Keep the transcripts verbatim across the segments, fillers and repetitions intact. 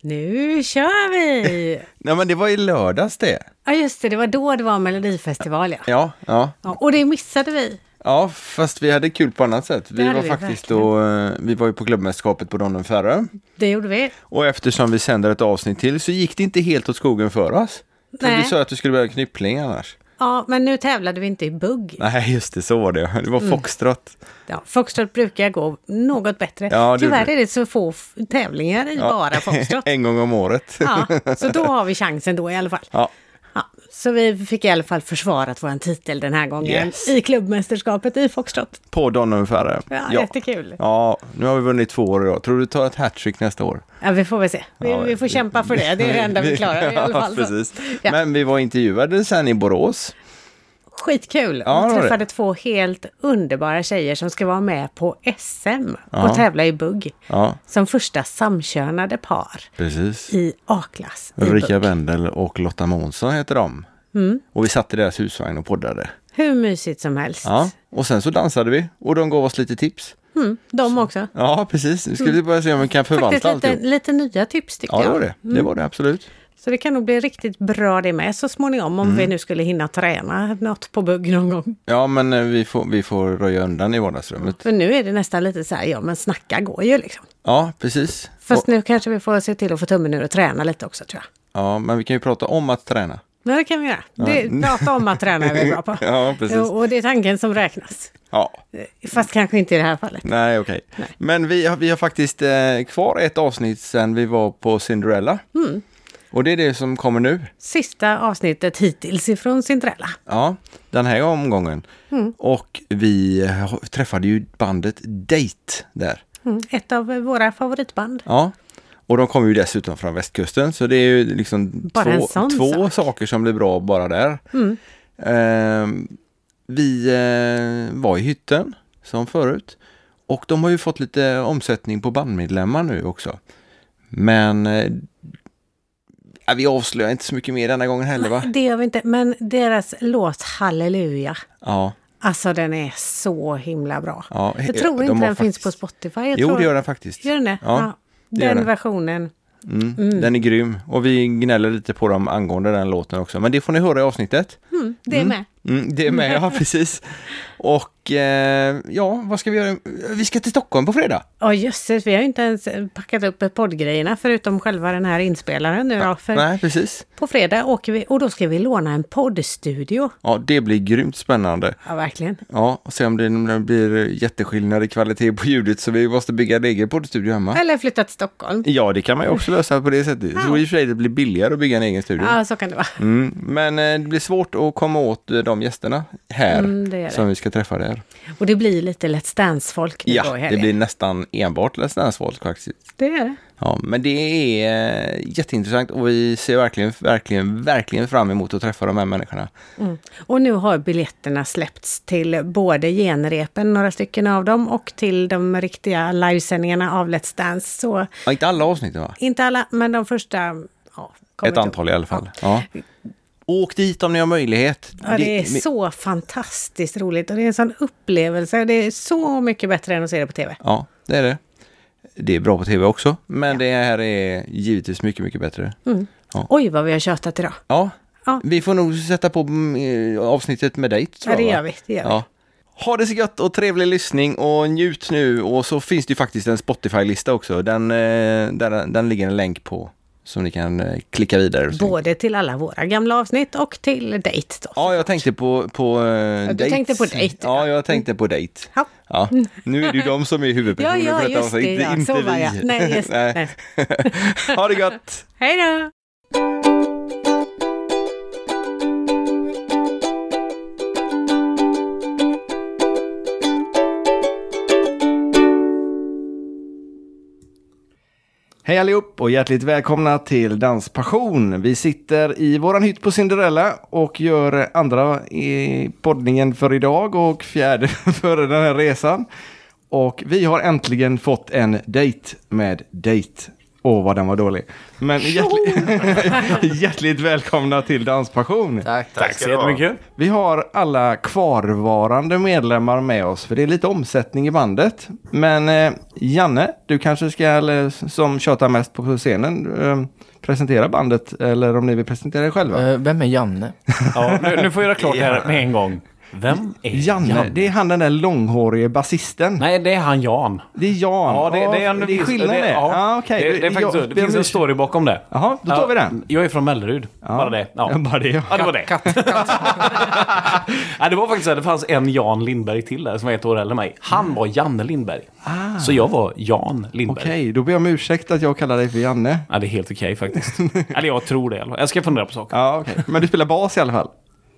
Nu kör vi! Nej, men det var i lördags det. Ja just det, det var då det var Melodifestival ja. Ja, ja. ja och det missade vi. Ja, fast vi hade kul på annat sätt. Vi var vi faktiskt då, vi var ju på klubbmästerskapet på Donnum Färö. Det gjorde vi. Och eftersom vi sänder ett avsnitt till så gick det inte helt åt skogen för oss. För Nej. du sa att du skulle börja knyppling annars. Ja, men nu tävlade vi inte i bugg. Nej, just det, så var det. Det var mm. foxtrot. Ja, foxtrot brukar gå något bättre. Ja, tyvärr är det så få f- tävlingar i ja. bara foxtrot. En gång om året. Ja, så då har vi chansen då i alla fall. Ja. Ja, så vi fick i alla fall försvarat vår titel den här gången yes. i klubbmästerskapet i foxtrot. På Donnum Färö. Ja, ja, jättekul. Ja, nu har vi vunnit två år idag. Tror du tar ett hattrick nästa år? Ja, vi får väl se. Vi, ja, vi får kämpa för det. Det är det enda vi klarar i alla fall. Ja, precis. Ja. Men vi var intervjuade sen i Borås. Skitkul. Ja, vi träffade två helt underbara tjejer som ska vara med på S M ja. och tävla i bugg. Ja. Som första samkönade par. Precis. I A-klass. Ulrika Wendel och Lotta Månsson heter de. Mm. Och vi satt i deras husvagn och poddade. Hur mysigt som helst. Ja, och sen så dansade vi och de gav oss lite tips. Mm, de också. Ja, precis. Nu ska vi börja se om vi kan förvalta allt. Lite, lite nya tips tycker jag. Ja, det var det. Mm. Det var det, absolut. Så det kan nog bli riktigt bra det med så småningom om mm. vi nu skulle hinna träna något på bugg någon gång. Ja, men vi får, vi får röja undan i vardagsrummet. För nu är det nästan lite så här, ja men snacka går ju liksom. Ja, precis. Fast och, nu kanske vi får se till att få tummen ur och träna lite också tror jag. Ja, men vi kan ju prata om att träna. Ja, det kan vi göra. Ja. Det, prata om att träna är vi bra på. Ja, precis. Och, och det är tanken som räknas. Ja. Fast kanske inte i det här fallet. Nej, okej. Okay. Men vi har, vi har faktiskt eh, kvar ett avsnitt sen vi var på Cinderella. Mm. Och det är det som kommer nu. Sista avsnittet hittills ifrån Cinderella. Ja, den här omgången. Mm. Och vi träffade ju bandet Date där. Mm. Ett av våra favoritband. Ja, och de kommer ju dessutom från västkusten. Så det är ju liksom bara två, två sak. saker som blir bra bara där. Mm. Eh, vi eh, var i hytten som förut. Och de har ju fått lite omsättning på bandmedlemmar nu också. Men... Eh, Ja, vi avslöjar inte så mycket mer denna gången heller, va? Det gör vi inte, men deras låt Halleluja. Ja. Alltså den är så himla bra. Ja, jag tror inte den faktiskt... finns på Spotify. Jag jo, tror... det gör den faktiskt. Gör den det? Ja, ja. det Den den. versionen. Mm, mm. Den är grym. Och vi gnäller lite på dem angående den låten också. Men det får ni höra i avsnittet. Mm, det är mm. med. Mm, det är med, ja precis. Och eh, ja, vad ska vi göra? Vi ska till Stockholm på fredag. Ja, jösses. Vi har ju inte ens packat upp poddgrejerna förutom själva den här inspelaren nu då. För nej, precis. På fredag åker vi och då ska vi låna en poddstudio. Ja, det blir grymt spännande. Ja, verkligen. Ja, och se om det blir jätteskillnad i kvalitet på ljudet så vi måste bygga en egen poddstudio hemma. Eller flytta till Stockholm. Ja, det kan man ju också lösa på det sättet. Ja. Så i och för sig det blir billigare att bygga en egen studio. Ja, så kan det vara. Mm, men eh, det blir svårt att komma åt de gästerna här mm, det det. som vi ska träffa där. Och det blir lite Let's Dance-folk. Ja, det blir nästan enbart Let's Dance-folk faktiskt. Det är det. Ja, men det är jätteintressant och vi ser verkligen, verkligen, verkligen fram emot att träffa de här människorna. Mm. Och nu har biljetterna släppts till både genrepen, några stycken av dem, och till de riktiga livesändningarna av Let's Dance. Så ja, inte alla avsnitt va? Inte alla, men de första... Ja, ett antal upp. I alla fall. Ja. Ja. Åk dit om ni har möjlighet. Ja, det är det, så fantastiskt roligt och det är en sån upplevelse. Det är så mycket bättre än att se det på tv. Ja, det är det. Det är bra på tv också, men ja. Det här är givetvis mycket, mycket bättre. Mm. Ja. Oj, vad vi har tjötat idag. Ja. ja, vi får nog sätta på avsnittet med dig, tror ja, det jag. gör vi. Det gör ja. vi. Ha det så gott och trevlig lyssning och njut nu. Och så finns det ju faktiskt en Spotify-lista också. Den, där, den ligger en länk på. Som ni kan eh, klicka vidare. Både till alla våra gamla avsnitt och till Date. Då. Ja, jag tänkte på, på uh, ja, du tänkte på Date. Ja, jag tänkte på Date. Ja. Ja. Nu är det ju de som är huvudpersoner. ja, ja, just det. Inte, ja. inte så vi. var jag. Nej, just nej. nej. Ha det gott! Hej då! Hej allihop och hjärtligt välkomna till Danspassion. Vi sitter i våran hytt på Cinderella och gör andra i poddningen för idag och fjärde för den här resan. Och vi har äntligen fått en dejt med Date. Åh, vad den var dålig. Men hjärtligt, hjärtligt välkomna till Danspassion. Tack, Tack så jättemycket. Vi har alla kvarvarande medlemmar med oss, för det är lite omsättning i bandet. Men eh, Janne, du kanske ska, eller, som tjatar mest på scenen, eh, presentera bandet, eller om ni vill presentera er själva. Uh, vem är Janne? Ja, nu, nu får jag göra klart det här med en gång. Vem är Janne, Janne? det är han den där långhårige basisten. Nej, det är han Jan. Det är Jan. Ja, det, det är en det är skillnad det, det. ja, Ja, okej. det, det är faktiskt så. Det finns en story bakom det. Jaha, då tar Ja, vi den. Jag är från Mellerud. Bara det. Ja. Bara det. Ja, det var det. Katt, katt. Ja, det var faktiskt så att det fanns en Jan Lindberg till där som var ett år äldre än mig. Han var Janne Lindberg. Ah. Så jag var Jan Lindberg. Okej, då ber jag om ursäkt att jag kallar dig för Janne. Ja, det är helt okej faktiskt. Eller jag tror det. Jag ska fundera på saker. Ja, okej. Men du spelar bas i alla fall.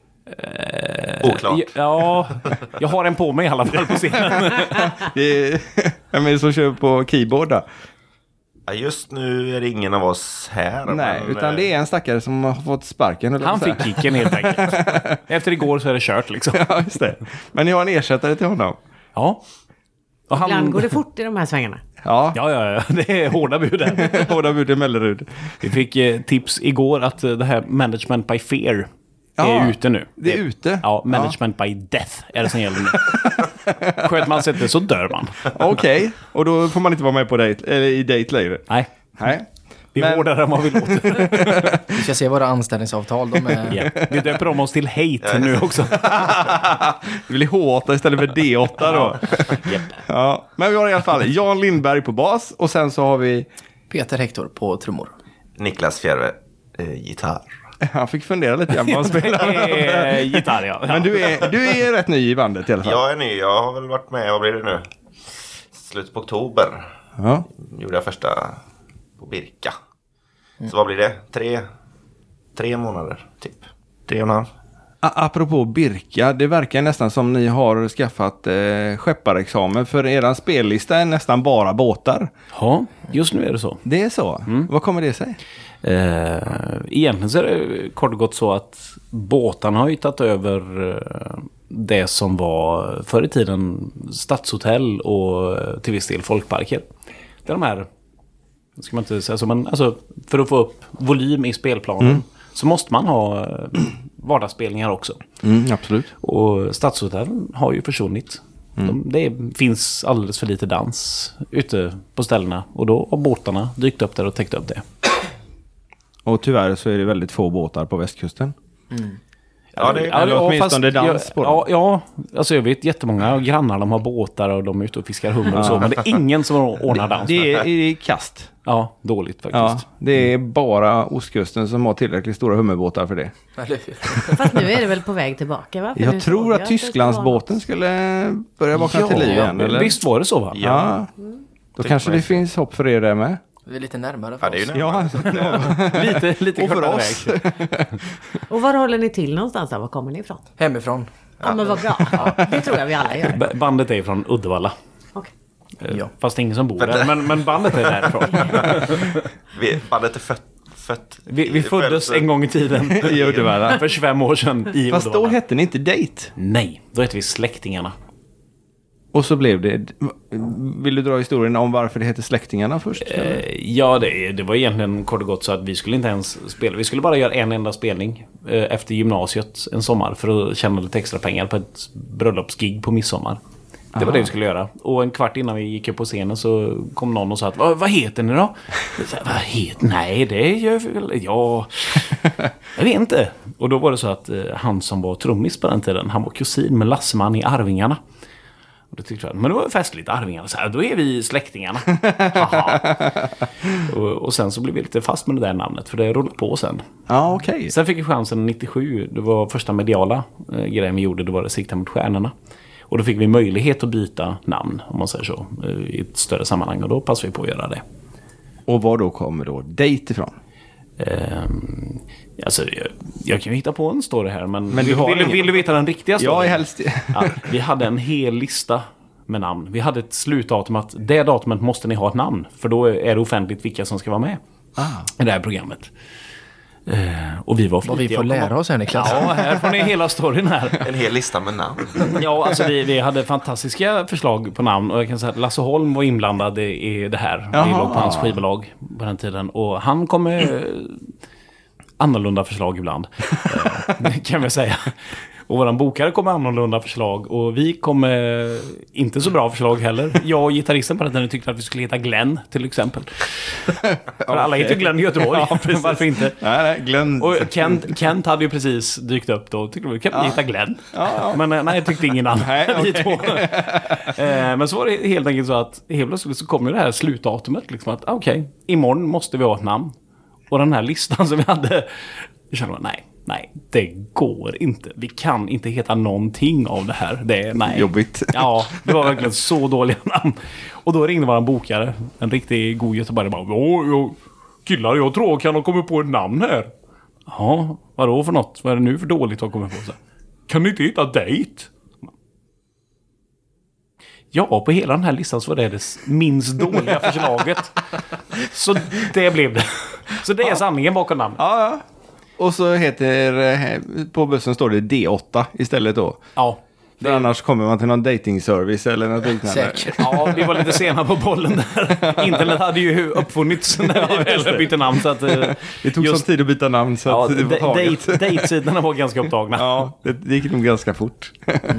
Oklart. Ja, jag har en på mig i alla fall på scenen. Det är, vem är det som kör på keyboard då? Ja, just nu är det ingen av oss här. Nej, men, utan det är en stackare som har fått sparken. eller Han så här. fick kicken helt enkelt. Efter igår så är det kört liksom. Ja, just det. Men ni har en ersättare till honom. Ja. Och han... Ibland går det fort i de här svängarna. Ja, Ja, ja, ja. Det är hårda bud där. båda bud i Mellerud. Vi fick eh, tips igår att eh, det här Management by Fear är Ja, ute nu. det är ute? Ja, Management by Death är det som gäller nu. Sköter man sig inte så dör man. Okej, och då får man inte vara med på date, eller i date längre. Nej, Nej. vi är Men- hårdare än vad vi låter. Vi ska se våra anställningsavtal. De är... Ja. Vi döper om oss till Hate nu också. Det blir H åtta istället för D åtta då. Japp. Ja, men vi har i alla fall Jan Lindberg på bas och sen så har vi, Peter Hector på trummor. Niklas Fjärve, eh, gitarr. han fick fundera lite grann på vad han spelar. Eh, Gitarr, ja. Men du är, du är rätt ny i bandet i alla fall. Jag är ny, jag har väl varit med, vad blir det nu? Slutet på oktober Ja. gjorde jag första på Birka. Så vad blir det? Tre, tre månader typ. Tre och en halv. A- Apropå Birka, det verkar nästan som ni har skaffat eh, skepparexamen, för eran spellista är nästan bara båtar. Ja, just nu är det så. Det är så? Vad kommer det sig? Eh, egentligen så är det kort och gott så att båtarna har ju tagit över eh, det som var förr i tiden stadshotell och eh, till viss del folkparker. Det är de här, ska man inte säga så, men alltså för att få upp volym i spelplanen mm. så måste man ha eh, vardagsspelningar också. Mm, absolut. Och stadshotell har ju försvunnit. Mm. De, det finns alldeles för lite dans ute på ställena och då har båtarna dykt upp där och täckt upp det. Och tyvärr så är det väldigt få båtar på västkusten. Mm. Ja, det, Eller ja, åtminstone fast, dans ja, på dem. ja, ja, alltså jag vet jättemånga grannar, de har båtar och de är ute och fiskar hummer och så, men det är ingen som ordnar dans. Det är, det är kast. Ja, dåligt faktiskt. Ja, det är bara ostkusten som har tillräckligt stora hummerbåtar för det. Eller hur? Fast nu är det väl på väg tillbaka, va? För nu Jag tror såg att jag det Tysklandsbåten skulle börja vakna till liv igen, eller? Visst var det så, va? Ja. Då kanske det finns hopp för er där med. Vi är lite närmare för ja, det är ju oss. närmare. Ja, Lite, lite och för kortare oss. väg. Och var håller ni till någonstans då? Var kommer ni ifrån? Hemifrån. Ja, men vad bra. Ja, det tror jag vi alla gör. B- Bandet är från Uddevalla. Okej. Eh, Ja. Fast det är ingen som bor där, men, men bandet är därifrån. Vi, bandet är fött. fött Vi, vi föddes en gång i tiden I Uddevalla. för tjugofem år sedan i Fast då Uddevalla. hette ni inte Date. Nej, då heter vi Släktingarna. Och så blev det... Vill du dra historien om varför det heter Släktingarna först? eller? Eh, Ja, det, det var egentligen kort och gott så att vi skulle inte ens spela. Vi skulle bara göra en enda spelning eh, efter gymnasiet en sommar för att tjäna lite extra pengar på ett bröllopsgig på midsommar. Det var det vi skulle göra. Och en kvart innan vi gick upp på scenen så kom någon och sa att vad, vad heter ni då? Så, vad heter? Nej, det gör vi väl. Ja, jag vet inte. Och då var det så att eh, han som var trummis på den tiden, han var kusin med Lasseman i Arvingarna. Och det tyckte jag, men det var festligt, Arvingarna. Så här, då är vi släktingarna. Haha. och, och sen så blev vi lite fast med det där namnet, för det rullade på sen. Ja, okej. Sen fick vi chansen nittiosju, det var första mediala eh, grejen vi gjorde, då var det Sikta mot stjärnorna. Och då fick vi möjlighet att byta namn, om man säger så, eh, i ett större sammanhang. Och då passade vi på att göra det. Och var då kommer då Date ifrån? Ehm, alltså, jag, jag kan ju hitta på en story här, men, Men du vill, har vill, ingen- vill du veta den riktiga storyn? Ja, i helst... Ja, vi hade en hel lista med namn. Vi hade ett slutdatum att det datumet måste ni ha ett namn. För då är det offentligt vilka som ska vara med Ah. i det här programmet. Eh, och vi var Vad vi flitiga får och kom- lära oss här, Niklas. Ja, här får ni hela storyn här. En hel lista med namn. Ja, alltså vi, vi hade fantastiska förslag på namn. Och jag kan säga att Lasse Holm var inblandad i det här. Jaha. Vi låg på hans skivbolag på den tiden. Och han kom med annorlunda förslag ibland. eh, kan vi säga. Och våran bokare kom med annorlunda förslag. Och vi kom med inte så bra förslag heller. Jag och gitarristen på den tiden tyckte att vi skulle heta Glenn till exempel. För alla heter Glenn i Göteborg. Ja, precis. Varför inte? Nej, nej, Glenn. Och Kent, Kent hade ju precis dykt upp då. Tyckte vi kan vi heta Glenn. Ja, ja. Men eh, nej, jag tyckte ingen annan. Nej, Vi okej. två. eh, men så var det helt enkelt så att helt plötsligt så kom ju det här slutdatumet. Liksom att okej, okay, imorgon måste vi ha ett namn. Och den här listan som vi hade, jag kände nej, nej, det går inte. Vi kan inte heta någonting av det här. Det är, nej. Jobbigt. Ja, det var verkligen så dåliga namn. Och då ringde våran bokare, en riktigt god göteborgare, bara, ja, jag, killar, jag tror jag kan ha kommit på ett namn här. Ja, vadå för något? Vad är det nu för dåligt att ha kommit på? Så, kan ni inte hitta dejt? Ja, på hela den här listan så var det det minst dåliga förslaget. Så det blev det. Så det är sanningen bakom namnet. Ja, ja. Och så heter, eh, på bussen står det D åtta istället då. Ja. För annars kommer man till någon datingservice eller något liknande. Säkert. Ja, vi var lite sena på bollen där. Internet hade ju uppfunnits när vi väl bytte namn. Så att, eh, Det tog just- sån tid att byta namn så ja, att det var taget. date, date-sidorna var ganska upptagna. Ja, det, det gick nog ganska fort.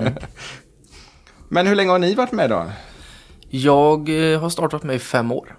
Men hur länge har ni varit med då? Jag eh, har startat med i fem år.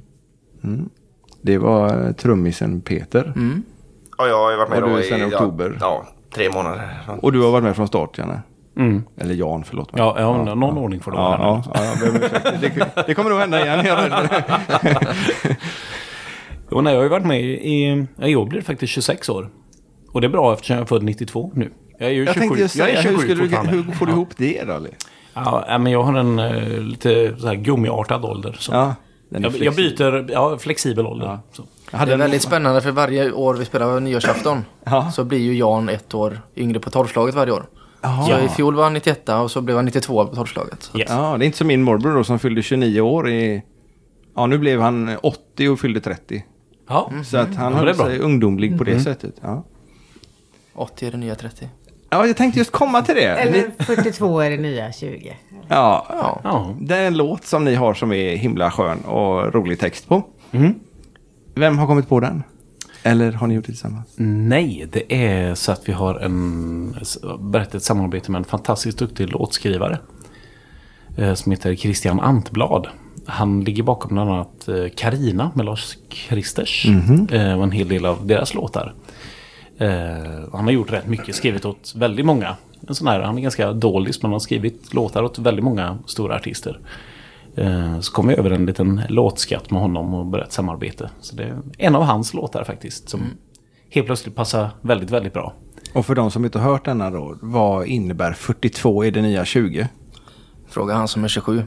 Det var trummisen Peter. Mm. Ja, jag har ju varit med Och då du är sedan i i oktober. Ja, ja, tre månader. Och du har varit med från start, Janne. Mm. Eller Jan, förlåt mig. Ja, ja, någon ordning får det vara. Ja, ja, ja, jag ber om ursäkt. det, det kommer nog hända igen. Jag är rädd för det. Och nej, jag har ju varit med i, ja, i år blir det faktiskt tjugosex år. Och det är bra eftersom jag är född nittiotvå nu. Jag är ju Jag tjugosju. tänkte just jag säga, är hur, tjugosju skulle du, fortfarande. hur får du ihop det då? Ali? Ja, ja, men jag har en uh, lite så här gummiartad ålder. Så. Ja, den är jag, jag flexibel. byter, ja, flexibel ålder. Ja. Så. Jag hade Det är en- väldigt spännande för varje år vi spelar nyårsafton Ja. så blir ju Jan ett år yngre på tolvslaget varje år. Jaha. Så i fjol var han nittioett och så blev han nittiotvå på tolvslaget. Yes. Ja, det är inte som min morbror då som fyllde tjugonio år i... Ja, nu blev han åttio och fyllde trettio. Ja. Så att han Ja, det höll är bra. sig ungdomlig på det sättet. Ja. åttio är det nya trettio. Ja, jag tänkte just komma till det. Ni, Eller fyrtiotvå är det nya tjugo. ja, Ja. Ja. det är en låt som ni har som är himla skön och rolig text på. Mm. Vem har kommit på den? Eller har ni gjort det tillsammans? Nej, det är så att vi har en berättat ett samarbete med en fantastiskt duktig låtskrivare eh, som heter Christian Antblad. Han ligger bakom bland annat Carina med Lars Kristers Mm-hmm. eh, och en hel del av deras låtar. Eh, han har gjort rätt mycket, skrivit åt väldigt många. En sån här, han är ganska dålig, men han har skrivit låtar åt väldigt många stora artister. Eh, så kom jag över en liten låtskatt med honom och börjat samarbete. Så det är en av hans låtar faktiskt som helt plötsligt passar väldigt, väldigt bra. Och för de som inte har hört denna då, vad innebär fyrtiotvå i det nya tjugo? Fråga han som är tjugosju.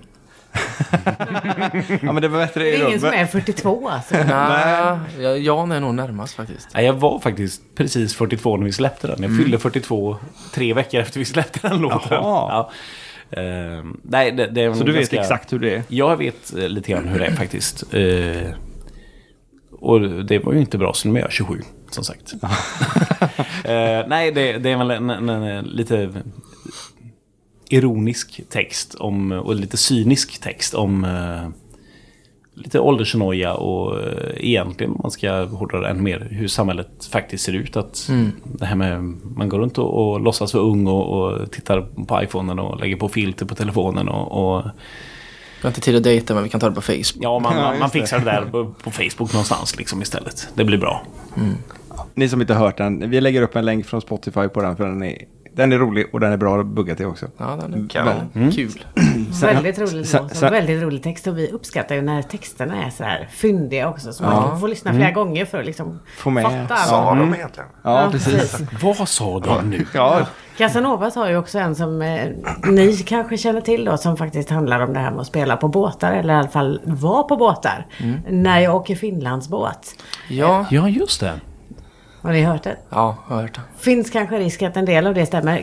Ja, men det var bättre Det i är ingen som rummet. är fyrtiotvå alltså. Nej, ja, Jan är nog närmast faktiskt. Nej, jag var faktiskt precis fyrtiotvå när vi släppte den. Jag fyllde fyrtiotvå tre veckor efter vi släppte den låten. Jaha. Ja. Eh, nej, det, det är Så du vet ganska- exakt hur det är? Jag vet eh, lite grann hur det är faktiskt. Eh, och det var ju inte bra så nu är jag tjugosju, som sagt. eh, nej, det, det är väl en, en, en lite ironisk text om, och lite cynisk text om eh, lite åldersnoja och eh, egentligen om man ska hårdra det än mer hur samhället faktiskt ser ut. Att Mm. det här med man går runt och, och låtsas vara ung och, och tittar på iPhonen och lägger på filter på telefonen och, och Vi har inte tid att dejta men vi kan ta det på Facebook. ja, man, Ja, man, just man det. fixar det där på, på Facebook någonstans liksom istället. Det blir bra. Ni som inte har hört den, vi lägger upp en länk från Spotify på den för den är, den är rolig och den är bra att bugga till också. Ja, den är Kanon. kul. Väldigt rolig sen- låt och sen- väldigt rolig text. Och vi uppskattar ju när texterna är så här fyndiga också. Så Ja. man får lyssna flera gånger för att liksom Få med. fatta. Sa vad- de egentligen? Ja, Ja, precis. precis. Vad sa de nu? Ja, Casanovas har ju också en som eh, ni kanske känner till då, som faktiskt handlar om det här med att spela på båtar, eller i alla fall vara på båtar. När jag åker Finlandsbåt. Ja, Ja, just det. Har ni hört det? ja, jag har hört det. Finns kanske risk att en del av det stämmer.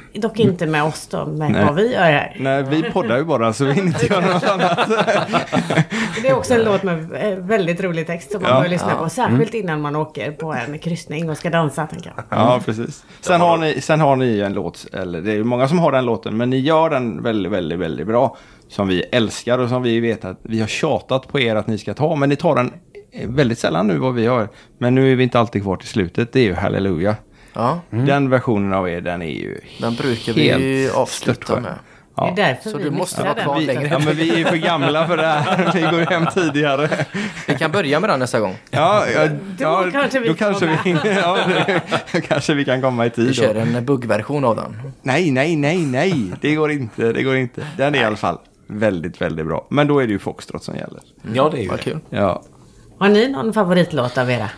Dock inte med oss då, med Nej. vad vi gör här. Nej, vi poddar ju bara så vi inte gör något annat. Det är också en låt med eh, väldigt rolig text som man Ja. bör lyssna på. Särskilt innan man åker på en kryssning och ska dansa, tänker jag. Ja, precis. Sen har, ni, sen har ni en låt, eller det är ju många som har den låten, men ni gör den väldigt, väldigt, väldigt bra. Som vi älskar och som vi vet att vi har tjatat på er att ni ska ta. Men ni tar den väldigt sällan nu vad vi har. Men nu är vi inte alltid kvar till slutet. Det är ju Halleluja. Ja, Den versionen av er, den är ju den brukar vi ju helt avsluta störtskön. med. Ja. Det är därför Så vi du måste missar vara den. kvar Vi, längre. ja, men vi är för gamla för det här. Vi går hem tidigare. Vi kan börja med den nästa gång. Ja, ja, ja kanske vi då kan kanske vara vi, ja, då kanske vi kan komma i tid. Vi kör Då. en buggversion av den. Nej, nej, nej, nej. Det går inte. Det går inte. Den är i alla fall väldigt, väldigt bra. Men då är det ju Foxtrot som gäller. Ja, det är ju Vad det. kul. Ja. Har ni någon favoritlåt av era?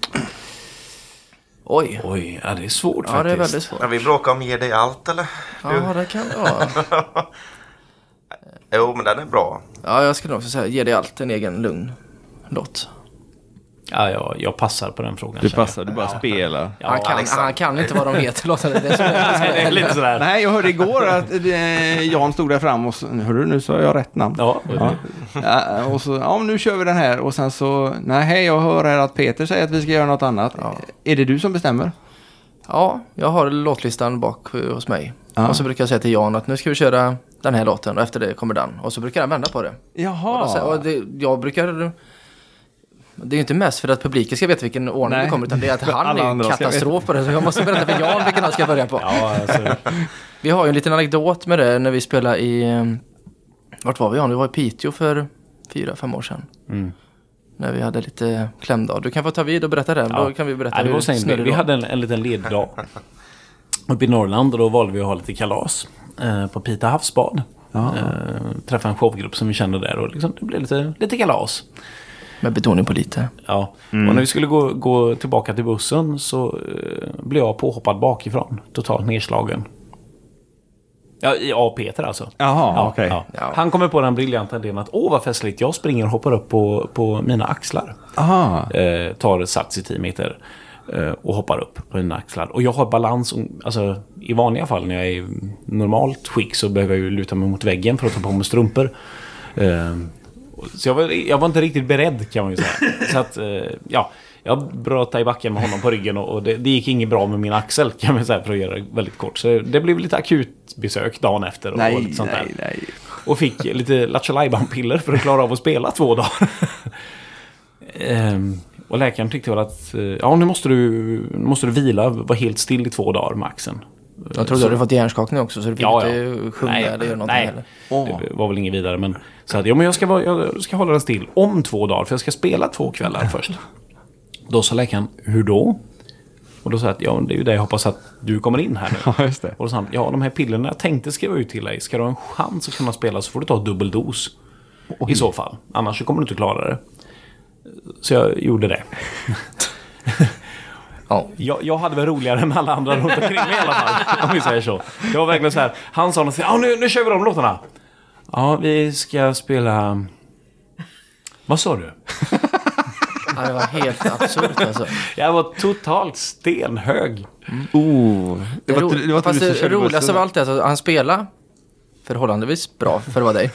Oj. Oj, ja, det är svårt Ja, det är faktiskt. väldigt svårt. Men vi bråkar om Ge dig allt eller? Ja, det kan vara. Jo, men den är bra. Ja, jag skulle också säga ge dig allt en egen lugn låt. Ja, jag, jag passar på den frågan. Du känner jag. passar, du bara spelar. Ja, han, kan, Alexander. han kan inte vad de heter låtarna. Det är så Nej, det är lite sådär. Nej, jag hörde igår att eh, Jan stod där fram och så, hörru, nu sa jag rätt namn. Ja, Ja. Ja, och så, ja, men nu kör vi den här. Och sen så, nej, hej, jag hör här att Peter säger att vi ska göra något annat. Är det du som bestämmer? Ja, jag har låtlistan bak hos mig. Ja. Och så brukar jag säga till Jan att nu ska vi köra den här låten och efter det kommer den. Och så brukar han vända på det. Och, då, Jaha. säger- och det, jag brukar... Det är ju inte mest för att publiken ska veta vilken ordning Nej. det kommer, utan det är att För han alla är andra en ska katastrof på det. Så jag måste berätta för Jan vilken han ska börja på. Ja, alltså, Vi har ju en liten anekdot med det när vi spelade i... eh, Vart var vi, Jan? Vi var i Piteå för fyra, fem år sedan. mm. När vi hade lite klämdag. Du kan få ta vid och berätta det. Ja. Då kan vi berätta Ja, det var hur sen, vi, snurrig vi det var. hade en, en liten leddag uppe i Norrland och då valde vi att ha lite kalas eh, på Pita havsbad. Eh, träffa en showgrupp som vi kände där och liksom, det blev lite, lite kalas. Med betoning på lite. Ja. Och när vi skulle gå, gå tillbaka till bussen så eh, blev jag påhoppad bakifrån. Totalt nedslagen. Ja, ja Peter alltså. Jaha, Ja, okej. ja. Ja. Han kommer på den briljanta idén att åh vad festligt, jag springer och hoppar upp på, på mina axlar. Aha. Eh, tar sats i tio meter eh, och hoppar upp på mina axlar. Och jag har balans, alltså i vanliga fall när jag är i normalt skick så behöver jag ju luta mig mot väggen för att ta på mig strumpor. Eh, så jag var, jag var inte riktigt beredd kan man ju säga. Så att, eh, ja, jag bröt i backen med honom på ryggen och, och det, det gick inget bra med min axel kan man säga för att göra det väldigt kort. Så det blev lite akut besök dagen efter och, och Nej, lite sånt där. nej, nej. Och fick lite Lattjo-Lajban-piller för att klara av att spela två dagar. ehm, och läkaren tyckte väl att eh, ja, nu måste du, nu måste du vila, vara helt still i två dagar med axeln. Jag trodde Så- du hade fått hjärnskakning också så du fick Ja, inte ja. sjunga Nej, eller göra någonting nej. heller. Åh. Det var väl inget vidare, men så att ja, men jag ska, vara, jag ska hålla den still om två dagar för jag ska spela två kvällar först. Då sa läkaren, hur då? Och då sa jag att ja, det är ju det jag hoppas att du kommer in här nu. Ja, just det. Och då sa han, ja de här pillerna jag tänkte skriva ut till dig, ska du ha en chans att kunna spela så får du ta dubbel dos. I så fall, annars så kommer du inte klara det. Så jag gjorde det. Ja. Jag, jag hade väl roligare än alla andra runt omkring mig i alla fall, om vi säger så. Det var verkligen så här, han sa något, ja nu, nu kör vi de låtarna. Ja, vi ska spela... Vad sa du? Ja, det var helt absurt alltså. Jag var totalt stenhög. Oh, det var, ro- det var inte Fast du som det körde roligaste bussen. av allt är att han spelar förhållandevis bra för att vara dig.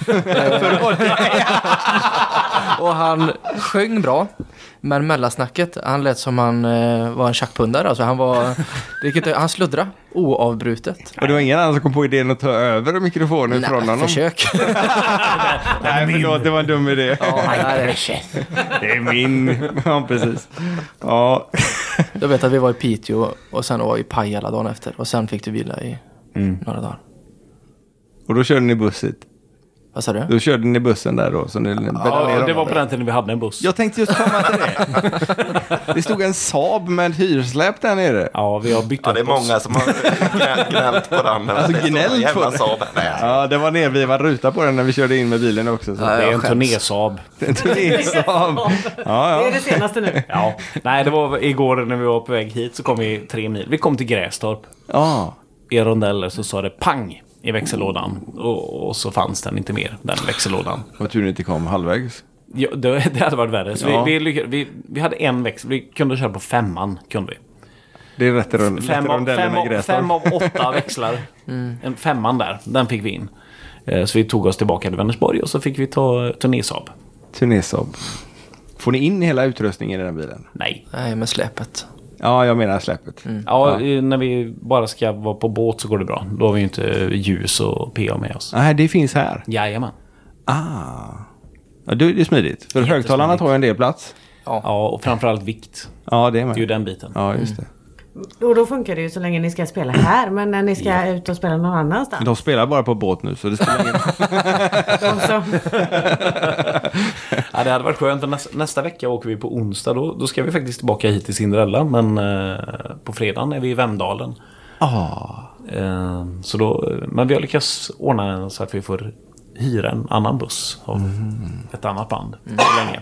Och han sjöng bra. Men mellansnacket, han lät som han eh, var en tjackpundare. Alltså han var, det, han sluddra oavbrutet. Och det var ingen annan som kom på idén att ta över mikrofonen från Nej, honom. försök. Nej, förlåt, det var en dum idé. Ja, nej, det, Det är min. Ja, precis. Ja. jag vet att vi var i Piteå och sen var vi i Pajala dagen efter. Och sen fick du vila i några dagar. Och då körde ni busset. Vad sa du? Då körde ni bussen där då. Så ni bäddade ner Ja, det dem. var på den tiden vi hade en buss. Jag tänkte just komma till det. Det stod en Saab med hyrsläp där nere. Ja, vi har bytt Ja, det är upp oss. många som har gnä- gnällt på den. Alltså, Det är så gnällt jävla på den. Saab. Nej. Ja, det var nervivad ruta på den när vi körde in med bilen också. Så. Ja, Det är jag en skäms. turnésaab. En turnésaab. Ja, Det ja. är det senaste nu. Ja. Nej, det var igår när vi var på väg hit så kom vi tre mil. Vi kom till Grästorp. Ja. I rondeller så sa det pang i växellådan. Och, och så fanns den inte mer, den växellådan. Vad tur ni inte kom halvvägs. Ja, det, det hade varit värre. Så Ja. vi, vi, lyckades, vi, vi hade en växel. Vi kunde köra på femman, kunde vi. Det är rätt rund, Fem rätt av, rondellen fem, med av, Grästorp. fem av åtta växlar. En femman där, den fick vi in. Eh, Så vi tog oss tillbaka till Vänersborg och så fick vi ta turnésaab. Turnésaab. Får ni in hela utrustningen i den bilen? Nej. Nej, med släpet. Ja, jag menar släpet. Ja, eh, när vi bara ska vara på båt så går det bra. Då har vi ju inte ljus och P A med oss. Nej, det finns här. Jajamän. Ah. Ja, det är smidigt. För högtalarna tar ju en del plats. Ja, och framförallt vikt. Ja, det är med. Det är ju den biten. Ja, just det. Och då funkar det ju så länge ni ska spela här. Men när ni ska Ja. ut och spela någon annanstans. De spelar bara på båt nu, så det spelar ingen... Så, Ja, det hade varit skönt. För nästa, nästa vecka åker vi på onsdag. Då, då ska vi faktiskt tillbaka hit till Cinderella. Men eh, på fredagen är vi i Vemdalen. Ah. Eh, så då, men vi har lyckats ordna så att vi får hyra en annan buss av ett annat band. Så länge.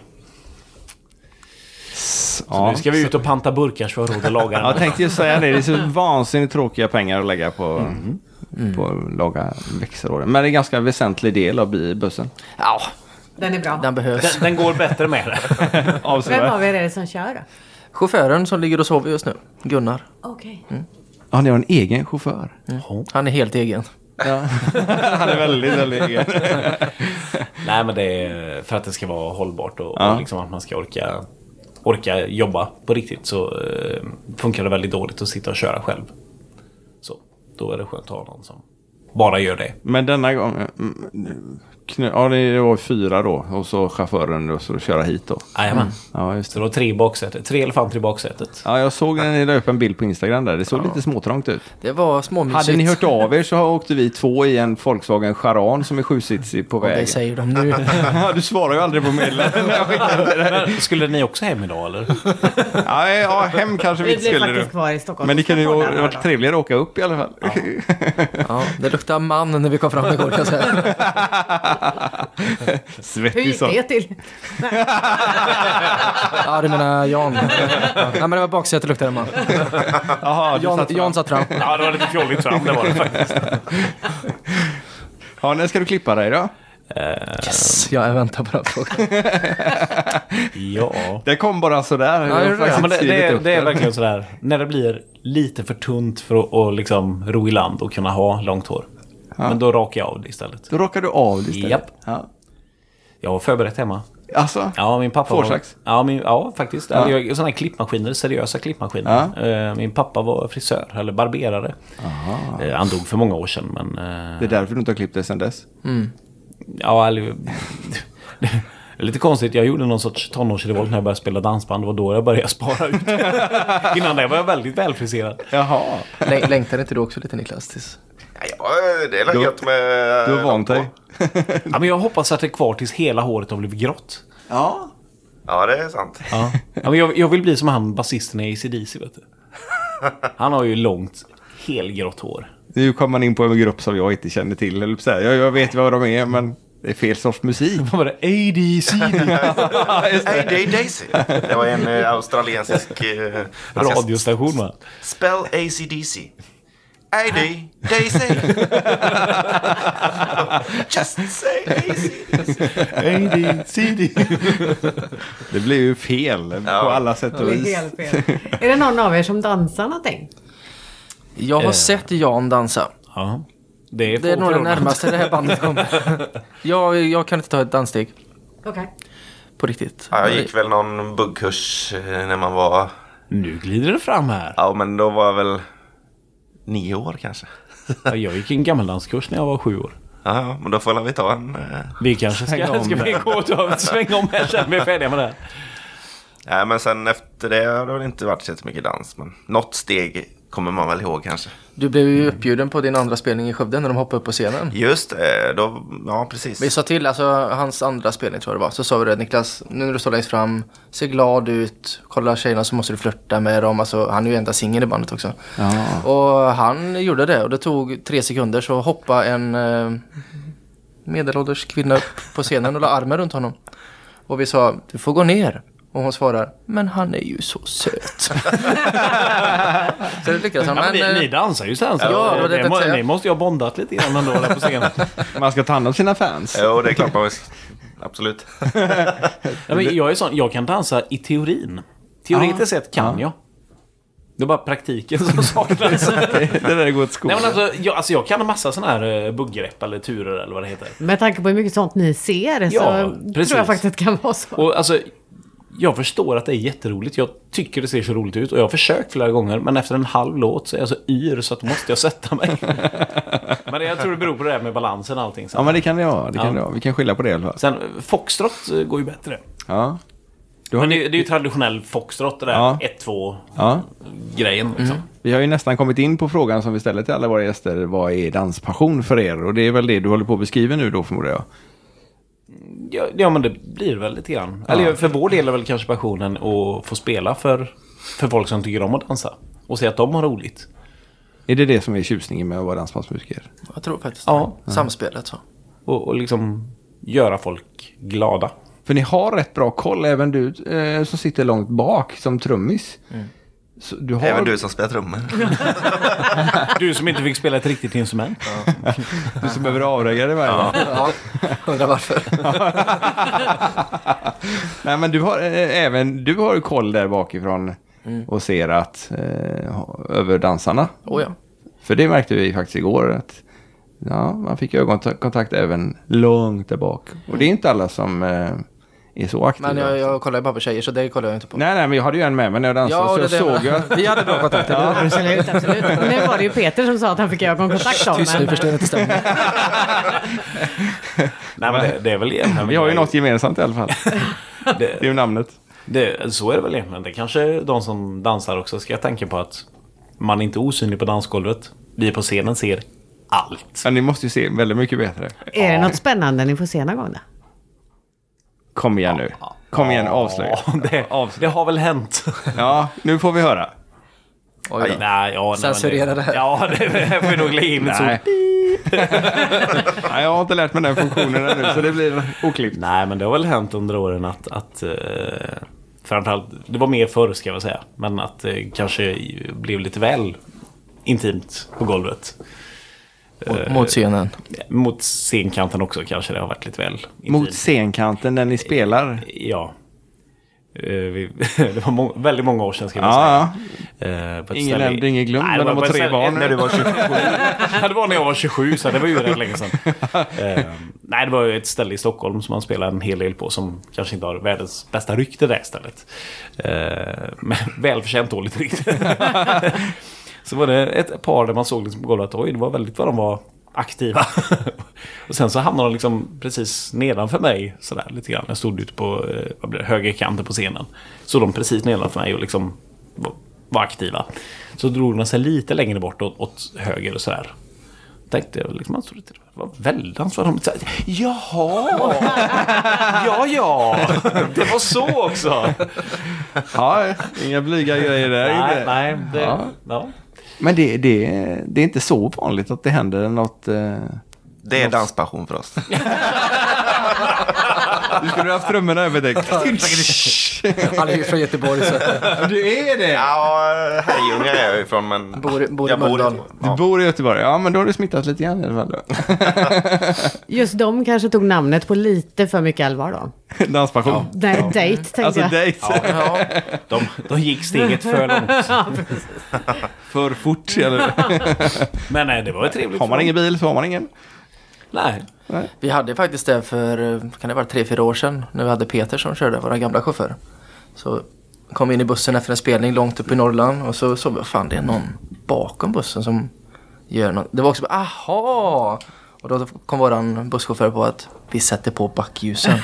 Så Ja. nu ska vi ut och panta burkar så vi har råd att laga den. Jag tänkte ju säga det. Det är så vansinnigt tråkiga pengar att lägga på, på att laga växelråden. Men det är en ganska väsentlig del av bi- bussen. Ja, den är bra. den behövs. Den, den går bättre med det. Vem av er är det som kör då? Chauffören som ligger och sover just nu, Gunnar. Okej. Ja, ni har en egen chaufför. Han är helt egen. Ja. Han är väldigt, väldigt egen. Nej, men det är för att det ska vara hållbart och, Ja. och liksom att man ska orka, orka jobba på riktigt, så eh, funkar det väldigt dåligt att sitta och köra själv. Så då är det skönt att ha någon som bara gör det. Men denna gång... mm, Knu, ja, det var fyra då. Och så chauffören och så köra hit då. Jajamän. Ja, just Så det. det var tre i baksätet. Tre elefanter i baksätet. Ja, jag såg när ni la upp en bild på Instagram där. Det såg lite småtrångt ut. Det var småmysigt. Hade ni hört av er så åkte vi två i en Volkswagen Charan som är sjusitsig på Och det vägen. säger de nu. Ja, du svarar ju aldrig på mejlen. Men skulle ni också hem idag eller? Ja, ja, hem kanske vi Vi inte blir skulle faktiskt du. kvar i Stockholm. Men det kan ju Podda ha några varit dagar. trevligare att åka upp i alla fall. Ja, det luktar man när vi kom fram igår, kan jag säga. Hur Svettig gick så. det till? Ja, det menar Jan. Ja, men det var baksätet luktade man. Jaha, du Jan, satt fram. Jan satt fram. Ja, det var lite fjolligt fram, det var det faktiskt. Ja, när ska du klippa dig då? Yes, jag väntar på den frågan. Ja. Det kom bara sådär. Ja, Jag har det är det. faktiskt Ja, men det, skrivit det, upp det är verkligen sådär. När det blir lite för tunt för att och liksom ro i land och kunna ha långt hår. Men då rakar jag av det istället. Då råkar du av det istället. Japp. Ja. Jag har förberett hemma. Alltså? Ja, min pappa var... Fårsax? Ja, min, ja, faktiskt. Ja. Ja. Sådana här klippmaskiner, seriösa klippmaskiner. Ja. Eh, Min pappa var frisör, eller barberare. Eh, Han dog för många år sedan, men... eh, Det är därför du inte har klippt dig sedan dess. Ja, eller... Det är lite konstigt, jag gjorde någon sorts tonårsrevolt när jag började spela dansband. Det var då jag började spara ut. Innan det var jag väldigt välfriserad. Jaha. Läng- Längtar inte du också lite, Niklas? Tills... Ja, det är gött med... Du har vant dig. Ja, men jag hoppas att det är kvar tills hela håret har blivit grått. Ja. Ja, det är sant. Ja. Ja, men jag, jag vill bli som han basisten i A C D C, vet du. Han har ju långt, helgrått hår. Nu kommer man in på en grupp som jag inte känner till. Eller så här, jag, jag vet vad de är, men det är fel sorts musik. Vad var det? A D C D. Hey, det är Daisy. Det var en eh, australiensisk... Eh, Radiostation, va? Spell A C D C. A D Daisy. Just say A C D C. A D C D. Det blir ju fel på Ja. alla sätt och Det är vis. helt fel. Är det någon av er som dansar någonting? Jag har Eh. sett Jan dansa. Ja. Det är, Det är få nog det förunnat. närmaste det här bandet kommer. jag, jag kan inte ta ett danssteg. Okej. På riktigt. Ja, jag gick väl någon buggkurs eh, när man var... Nu glider det fram här. Ja, men då var jag väl nio år kanske. Ja, jag gick en gammeldanskurs när jag var sju år. Ja, ja, men då får vi ta en... Eh... Vi kanske Svänga ska, om ska vi där. gå och ta, svänga om här sen vi är färdiga med det. Nej, men sen efter det har det väl inte varit så mycket dans. Men något steg kommer man väl ihåg kanske. Du blev ju uppbjuden på din andra spelning i Skövde när de hoppade upp på scenen. Just det, då... Ja, precis. Vi sa till, alltså hans andra spelning tror jag det var. Så sa vi det, Niklas, nu när du står längst fram, se glad ut, kolla tjejerna så måste du flirta med dem. Alltså, han är ju enda singel i bandet också. Ja. Och han gjorde det och det tog tre sekunder så hoppade en eh, medelålders kvinna upp på scenen och la armen runt honom. Och vi sa, du får gå ner. Och hon svarar, men han är ju så söt. Så det lyckades han. Ja, men Men, ni, eh, ni dansar ju sen. Så Ja, det var det det jag må, tänkte säga. ni måste ju ha bondat lite grann ändå där på scenen. Man ska ta hand om sina fans. Jo, det är klart man vill... Absolut. Ja, men jag är sån, jag kan dansa i teorin. Teoretiskt sett kan jag. Det är bara praktiken som saknas. Det där går åt skolan. Nej, men alltså, jag, alltså jag kan en massa sådana här buggrepp eller turer eller vad det heter. Med tanke på hur mycket sånt ni ser Ja, så precis. tror jag faktiskt att det kan vara så. Och alltså, jag förstår att det är jätteroligt. Jag tycker det ser så roligt ut. Och jag har försökt flera gånger. Men efter en halv låt så är jag så yr så att då måste jag sätta mig. Men jag tror det beror på det här med balansen och allting. Så. Ja, men det kan det vara. Det kan Ja. det vara. Vi kan skilja på det i alla fall. Sen, foxtrot går ju bättre. Ja. Du har Men det, det är ju traditionell foxtrot, det där Ja. ett två Ja. grejen liksom. Vi har ju nästan kommit in på frågan som vi ställer till alla våra gäster. Vad är danspassion för er? Och det är väl det du håller på att beskriva nu då, förmodar jag. Ja, ja, men det blir väl lite grann. Eller för vår del är väl kanske passionen att få spela för, för folk som tycker om att dansa. Och se att de har roligt. Är det det som är tjusningen med att vara dansbandsmusiker? Jag tror faktiskt Ja. det. Samspelet så. Och, och liksom göra folk glada. För ni har rätt bra koll, även du eh, som sitter långt bak som trummis. Mm. Så du har... Även du som spelar trummor. Du som inte fick spela ett riktigt instrument. Du som behöver avröja det varje dag. Ja, undrar varför. Nej, men du har eh, även du har ju koll där bakifrån Mm. och ser att eh, över dansarna. Oh ja. För det märkte vi faktiskt igår att ja, man fick ögonkontakt även långt där bak. Och det är inte alla som eh, är så aktiva. Men jag, jag kollar ju bara på tjejer så det kollar jag inte på. Nej, nej, men jag hade ju en med mig när jag dansade, så jag det såg ju det. att... Vi hade bra kontakt. Ja, absolut, absolut. Nu var det ju Peter som sa att han fick ögonkontakt om. Tyst, nu Men, förstår jag inte stämningen. Nej, men det, det är väl egentligen... Vi har ju något gemensamt i alla fall. Det, Det är ju namnet. det, så är det väl egentligen. Det kanske de som dansar också ska tänka på att man är inte osynlig på dansgolvet. Vi på scenen ser allt. Ja, ni måste ju se väldigt mycket bättre. är det något spännande ni får se någon gång då? Kom igen nu. Kom igen, avslöja. Ja, det, det har väl hänt. Ja, nu får vi höra. Oj då. Nej, ja, nej, Censurera men det här. Ja, det, det får vi nog lägga in ett Nej. så. Nej, jag har inte lärt mig den funktionen ännu, så det blir oklippt. Nej, men det har väl hänt under åren att, att eh, framförallt, det var mer förr ska jag säga, men att det eh, kanske blev lite väl intimt på golvet. Mot, mot scenen. Mot scenkanten också kanske det har varit lite väl intimt. Mot scenkanten när ni spelar. Ja. Eh, vi, det var må- väldigt många år sedan ska vi Ja, säga. Eh, på ett ingen ställe- nämnd, ingen glömd, Nej, men det de var var på ett tre ställe- barn. När du var tjugosju. Ja, det var när jag var tjugosju, så det var ju rätt länge sedan. Eh, nej, det var ju ett ställe i Stockholm som man spelar en hel del på som kanske inte har världens bästa rykte, det stället. Eh, men välförtjänt dåligt rykte. Så var det ett par där man såg liksom på golvet att oj, det var väldigt vad de var aktiva. Och sen så hamnade de liksom precis nedanför mig sådär lite grann. Jag stod ute på eh, vad blir det, högerkanten på scenen. Så de precis nedanför mig och liksom var, var aktiva. Så drog de sig lite längre bort åt, åt höger och sådär. Tänkte jag liksom, man stod lite, det var väldans vad de sa. Jaha! Ja, ja! Det var så också! Ja, inga blyga grejer där. Nej, inte. nej. Det, Ja. ja. Men det, det, det är inte så vanligt att det händer något... Eh... Det är danspassion för oss. Du skulle ha haft trummorna över dig. Han är ju från Göteborg så att, Du är det? Ja, Herrljunga är jag ifrån, men Bor- bor i jag bor Mölndal. i... Du Ja. bor i Göteborg. Ja, men då har du smittat lite grann i alla fall då. Just de kanske tog namnet på lite för mycket allvar då. Danspassion. Nej, date tänkte Alltså jag. dejt. Ja, de, de gick steget för långt. För fort. Eller? Men nej, det var ju trevligt. Har man ingen bil så har man ingen. Nej. vi hade faktiskt det för, kan det vara tre, fyra år sedan, när vi hade Peter som körde, våra gamla chaufför. Så kom vi in i bussen efter en spelning långt upp i Norrland och så såg vi, fan det är någon bakom bussen som gör något. Det var också, aha! Och då kom våran busschaufför på att vi sätter på backljusen.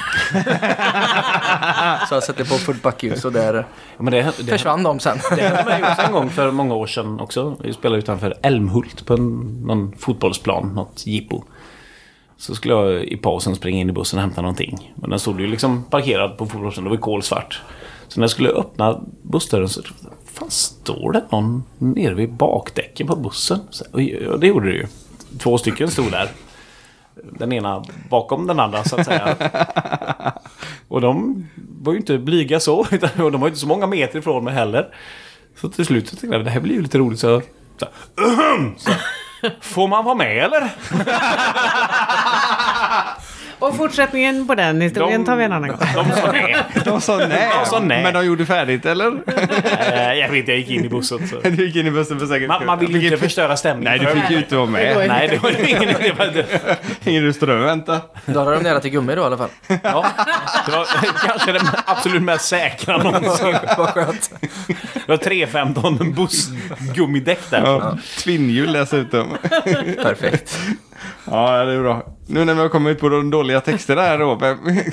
Så jag sätter på fullt backljus och där Ja, men det, det, försvann de sen. det hände mig också en gång för många år sedan också. Vi spelade utanför Älmhult på en, någon fotbollsplan, något jippo. Så skulle jag i pausen springa in i bussen och hämta någonting. Men den stod ju liksom parkerad på fotbollsplanen, det var kolsvart. Så när jag skulle öppna bussdörren så fan står det någon nere vid bakdäcken på bussen? Så, och det gjorde det ju. Två stycken stod där. Den ena bakom den andra så att säga. Och de var ju inte blyga så, utan de var inte så många meter ifrån mig heller. Så till slut så tänkte jag, det här blir ju lite roligt. Så, så, så får man vara med eller? Och fortsättningen på den historien De- tar vi en annan gång. De sa nej. De sa nej. De sa nej. Men de gjorde färdigt, eller? Eh, Jag vet, jag gick in i bussen. Så. Du gick in i bussen för säkerhets Man, skull. man vill ju inte förstöra stämningen. Nej, du fick ju inte vara med. Nej, det var ju ingen idé. Ingen du ström, vänta. Då har de nära till gummi då i alla fall. Ja, det var kanske det absolut mest säkra någonsin. Vad skönt. Det var tre femton bussgummidäck där. Ja, tvinnhjul dessutom. Perfekt. Ja, det är bra. Nu när vi har kommit på de dåliga texterna här då.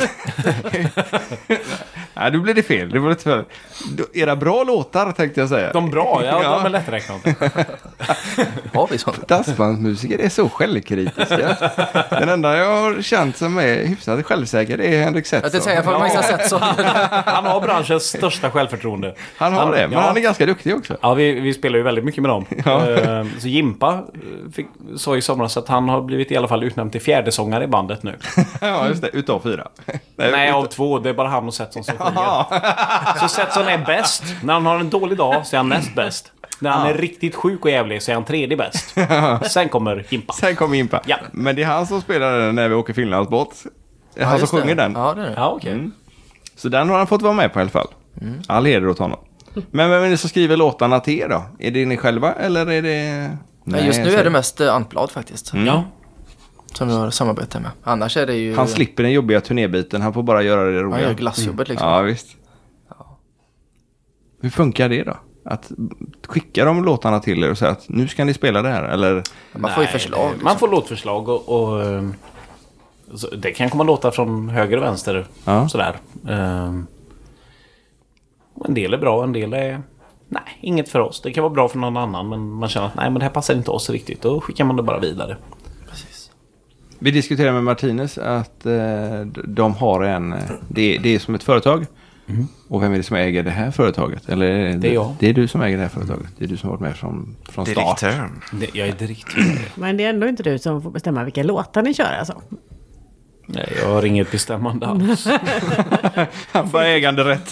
Nej, då blir det fel. Det var lite fel. Era bra låtar tänkte jag säga. De bra, ja, Ja. de är lätträknade. Har vi sånt? Dansbandsmusiker är så självkritiska. Den enda jag har känt som är hyfsat självsäker är Henrik Jag tänkte Setson. säga, för man inte har sett så. Han har branschens största självförtroende. Han har det, men ja. han är ganska duktig också. Ja, vi, vi spelar ju väldigt mycket med dem. Eh, Så Jimpa fick, sa i somras att han har blivit i alla fall utnämnd till fjärde sångare i bandet nu. Ja, just det. Utav fyra. Nej, av två. Det är bara han och Setson som sjunger. Så Setson är bäst. När han har en dålig dag så är han näst bäst. När han är riktigt sjuk och jävlig så är han tredje bäst. Sen kommer Jimpa. Sen kom vi in på. Ja. Men det är han som spelar den när vi åker Finlandsbåt. Ja, Han som just det. sjunger den. Ja, det är det. Ja, okej. Mm. Så den har han fått vara med på i alla fall. Mm. All heder åt honom. Men vem är det som skriver låtarna till er då? Är det ni själva eller är det... Nej, just nu så- är det mest eh, Antblad faktiskt. Ja. Som vi har samarbete med. Annars är det ju... Han slipper den jobbiga turnébiten. Han får bara göra det Han roliga. gör glassjobbet liksom. Ja, visst. Hur funkar det då? Att skicka de låtarna till er och säga att nu ska ni spela det här, eller? Man får ju Nej, förslag. det- Liksom. Man får låtförslag och, och eh, så det kan komma låtar från höger och vänster. Ja. Sådär. Eh, En del är bra, en del är... Nej, inget för oss. Det kan vara bra för någon annan, men man känner att nej, men det här passar inte oss riktigt. Då skickar man det bara vidare. Precis. Vi diskuterar med Martinez att eh, de har en... Det, det är som ett företag. Och vem är det som äger det här företaget? Eller är Det är jag. Det är du som äger det här företaget. Det är du som har varit med från, från start. Direktör. Det, jag är direktör. Men det är ändå inte du som får bestämma vilka låtar ni kör alltså. Nej, jag har inget bestämmande alls. Han får äganderätt.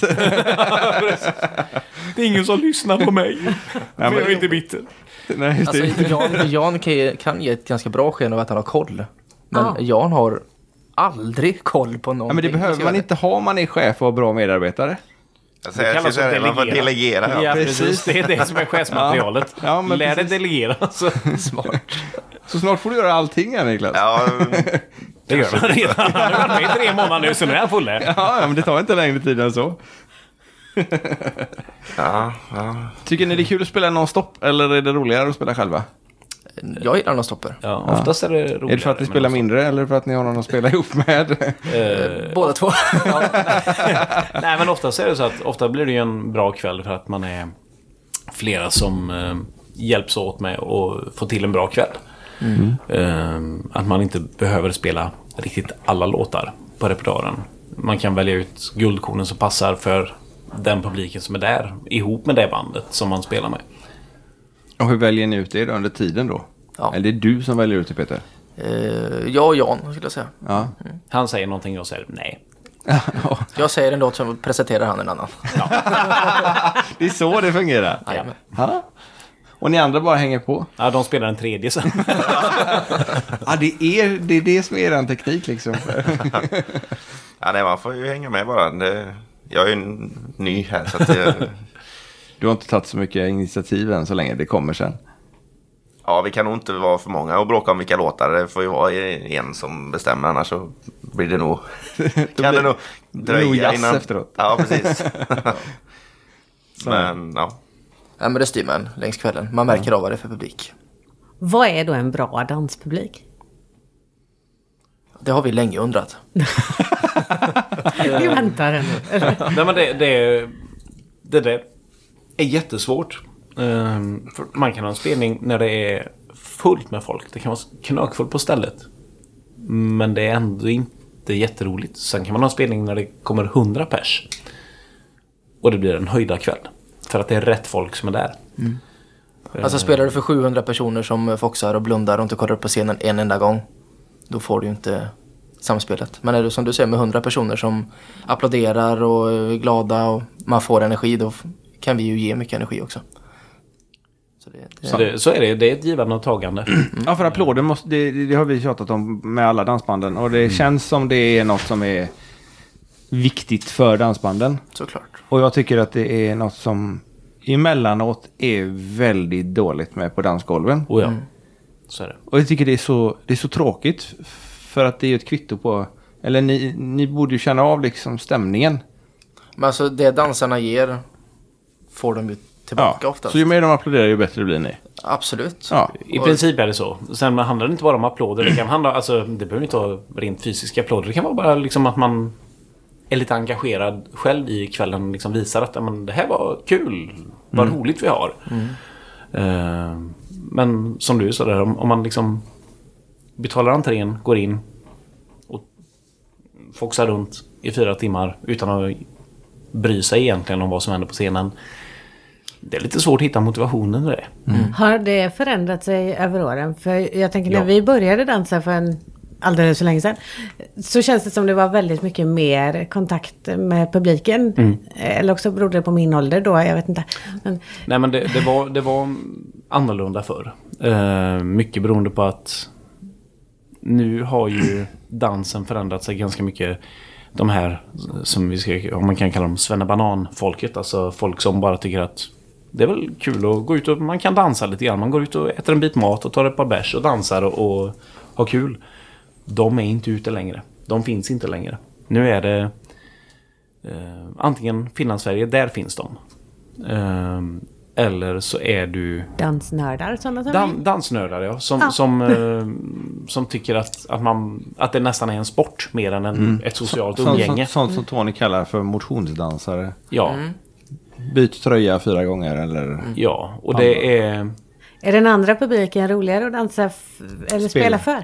Det är ingen som lyssnar på mig. men- jag är inte bitter. Nej, just Alltså, det. Jan, Jan kan, ge- kan ge ett ganska bra sken av att han har koll. Men Ja. Jan har aldrig koll på någonting. Ja, men det behöver man inte ha om man är chef och har bra medarbetare. Jag säger, jag ska säga det, man får delegera. Ja, Ja. precis. Det är det som är chefsmaterialet. Ja. Ja, men Lär dig precis. delegera. Så. Smart. Så snart får du göra allting här, Niklas. Ja, Det gör han redan. Han har varit med i tre månader nu, så nu är han full. Ja, ja, men det tar inte längre tid än så. ja, ja. Tycker ni det är kul att spela non-stop eller är det roligare att spela själva? Jag gillar någon stopper. Ja, oftast är det roligare. Är det för att ni men spelar också- mindre eller för att ni har någon att spela ihop med? Eh, Båda två. Nej, men oftast är det så att ofta blir det ju en bra kväll för att man är flera som eh, hjälps åt med att få till en bra kväll. Eh, att man inte behöver spela riktigt alla låtar på repertoaren. Man kan välja ut guldkornen som passar för den publiken som är där ihop med det bandet som man spelar med. Och hur väljer ni ut det då under tiden då? Ja. Eller är det du som väljer ut det, Peter? Eh, jag och Jan skulle jag säga. Ja. Han säger någonting och jag säger nej. Jag säger en låt som presenterar han en annan. Det är så det fungerar. Jajamän. Ja. Och ni andra bara hänger på? Ja, de spelar en tredje sen. Ja, det är det, är det som är er teknik liksom. ja nej, man får ju hänga med bara. Det, jag är ju n- ny här så att det, Du har inte tagit så mycket initiativ än så länge, det kommer sen. ja, vi kan nog inte vara för många och bråka om vilka låtar. Det får ju vara en som bestämmer, annars så blir det nog... kan det nog dröja nog jazz innan... efteråt. Ja, precis. Men, ja. Ja, men det styr man längs kvällen. Man märker av vad det är för publik. Vad är då en bra danspublik? Det har vi länge undrat. Vi väntar ännu. Nej, men det, det, det där är jättesvårt. Um, för man kan ha en spelning när det är fullt med folk. Det kan vara knökfullt på stället. Men det är ändå inte jätteroligt. Sen kan man ha en spelning när det kommer hundra pers. Och det blir en höjda kväll. För att det är rätt folk som är där. Alltså spelar du för sjuhundra personer som foxar och blundar och inte kollar upp på scenen en enda gång, då får du ju inte samspelet. Men är det som du säger med hundra personer som applåderar och är glada och man får energi, då kan vi ju ge mycket energi också. Så, det, det, Så, det, så är det, det är ett givande och tagande. Ja, för applåden måste, det, det har vi tjatat om med alla dansbanden. Och det mm. känns som det är något som är viktigt för dansbanden. Såklart. Och jag tycker att det är något som emellanåt är väldigt dåligt med på dansgolven. Oh ja, mm. så är det. Och jag tycker det är så, det är så tråkigt. För att det är ett kvitto på... Eller ni, ni borde ju känna av liksom stämningen. Men alltså det dansarna ger får de ju tillbaka ja, oftast. Så ju mer de applåderar ju bättre blir ni. Absolut. Ja. I princip är det så. Sen handlar det inte bara om applåder. Det kan handla, alltså, det behöver inte vara rent fysiska applåder. Det kan vara bara liksom att man är lite engagerad själv i kvällen. Liksom visar att men, det här var kul. Vad mm. roligt vi har. Mm. Uh, men som du sa där, om, om man liksom betalar entrén, går in och foxar runt i fyra timmar utan att bry sig egentligen om vad som händer på scenen. Det är lite svårt att hitta motivationen i det. Mm. Har det förändrat sig över åren? För jag tänker när ja. vi började dansa för en alldeles för länge sedan, så känns det som det var väldigt mycket mer kontakt med publiken. Mm. Eller också berodde det på min ålder då, jag vet inte. Men... Nej, men det, det, var, det var annorlunda förr. Uh, mycket beroende på att nu har ju dansen förändrat sig ganska mycket. De här som vi ska, om man kan kalla dem svennebanan-folket, alltså folk som bara tycker att det är väl kul att gå ut och man kan dansa lite grann. Man går ut och äter en bit mat och tar ett par bärs och dansar och, och har kul. De är inte ute längre. De finns inte längre. Nu är det eh, antingen Finland-Sverige, där finns de. Eh, eller så är du dansnördar, sådana som dan, dansnördar, ja. Som, ah. som, eh, som tycker att, att, man, att det nästan är en sport mer än en, mm. ett socialt så, umgänge. Sånt så, så, som Tony kallar för motionsdansare. Ja. Mm. Byt tröja fyra gånger eller... Mm. Ja, och det är... Är den andra publiken roligare att dansa f- eller spela, spela för?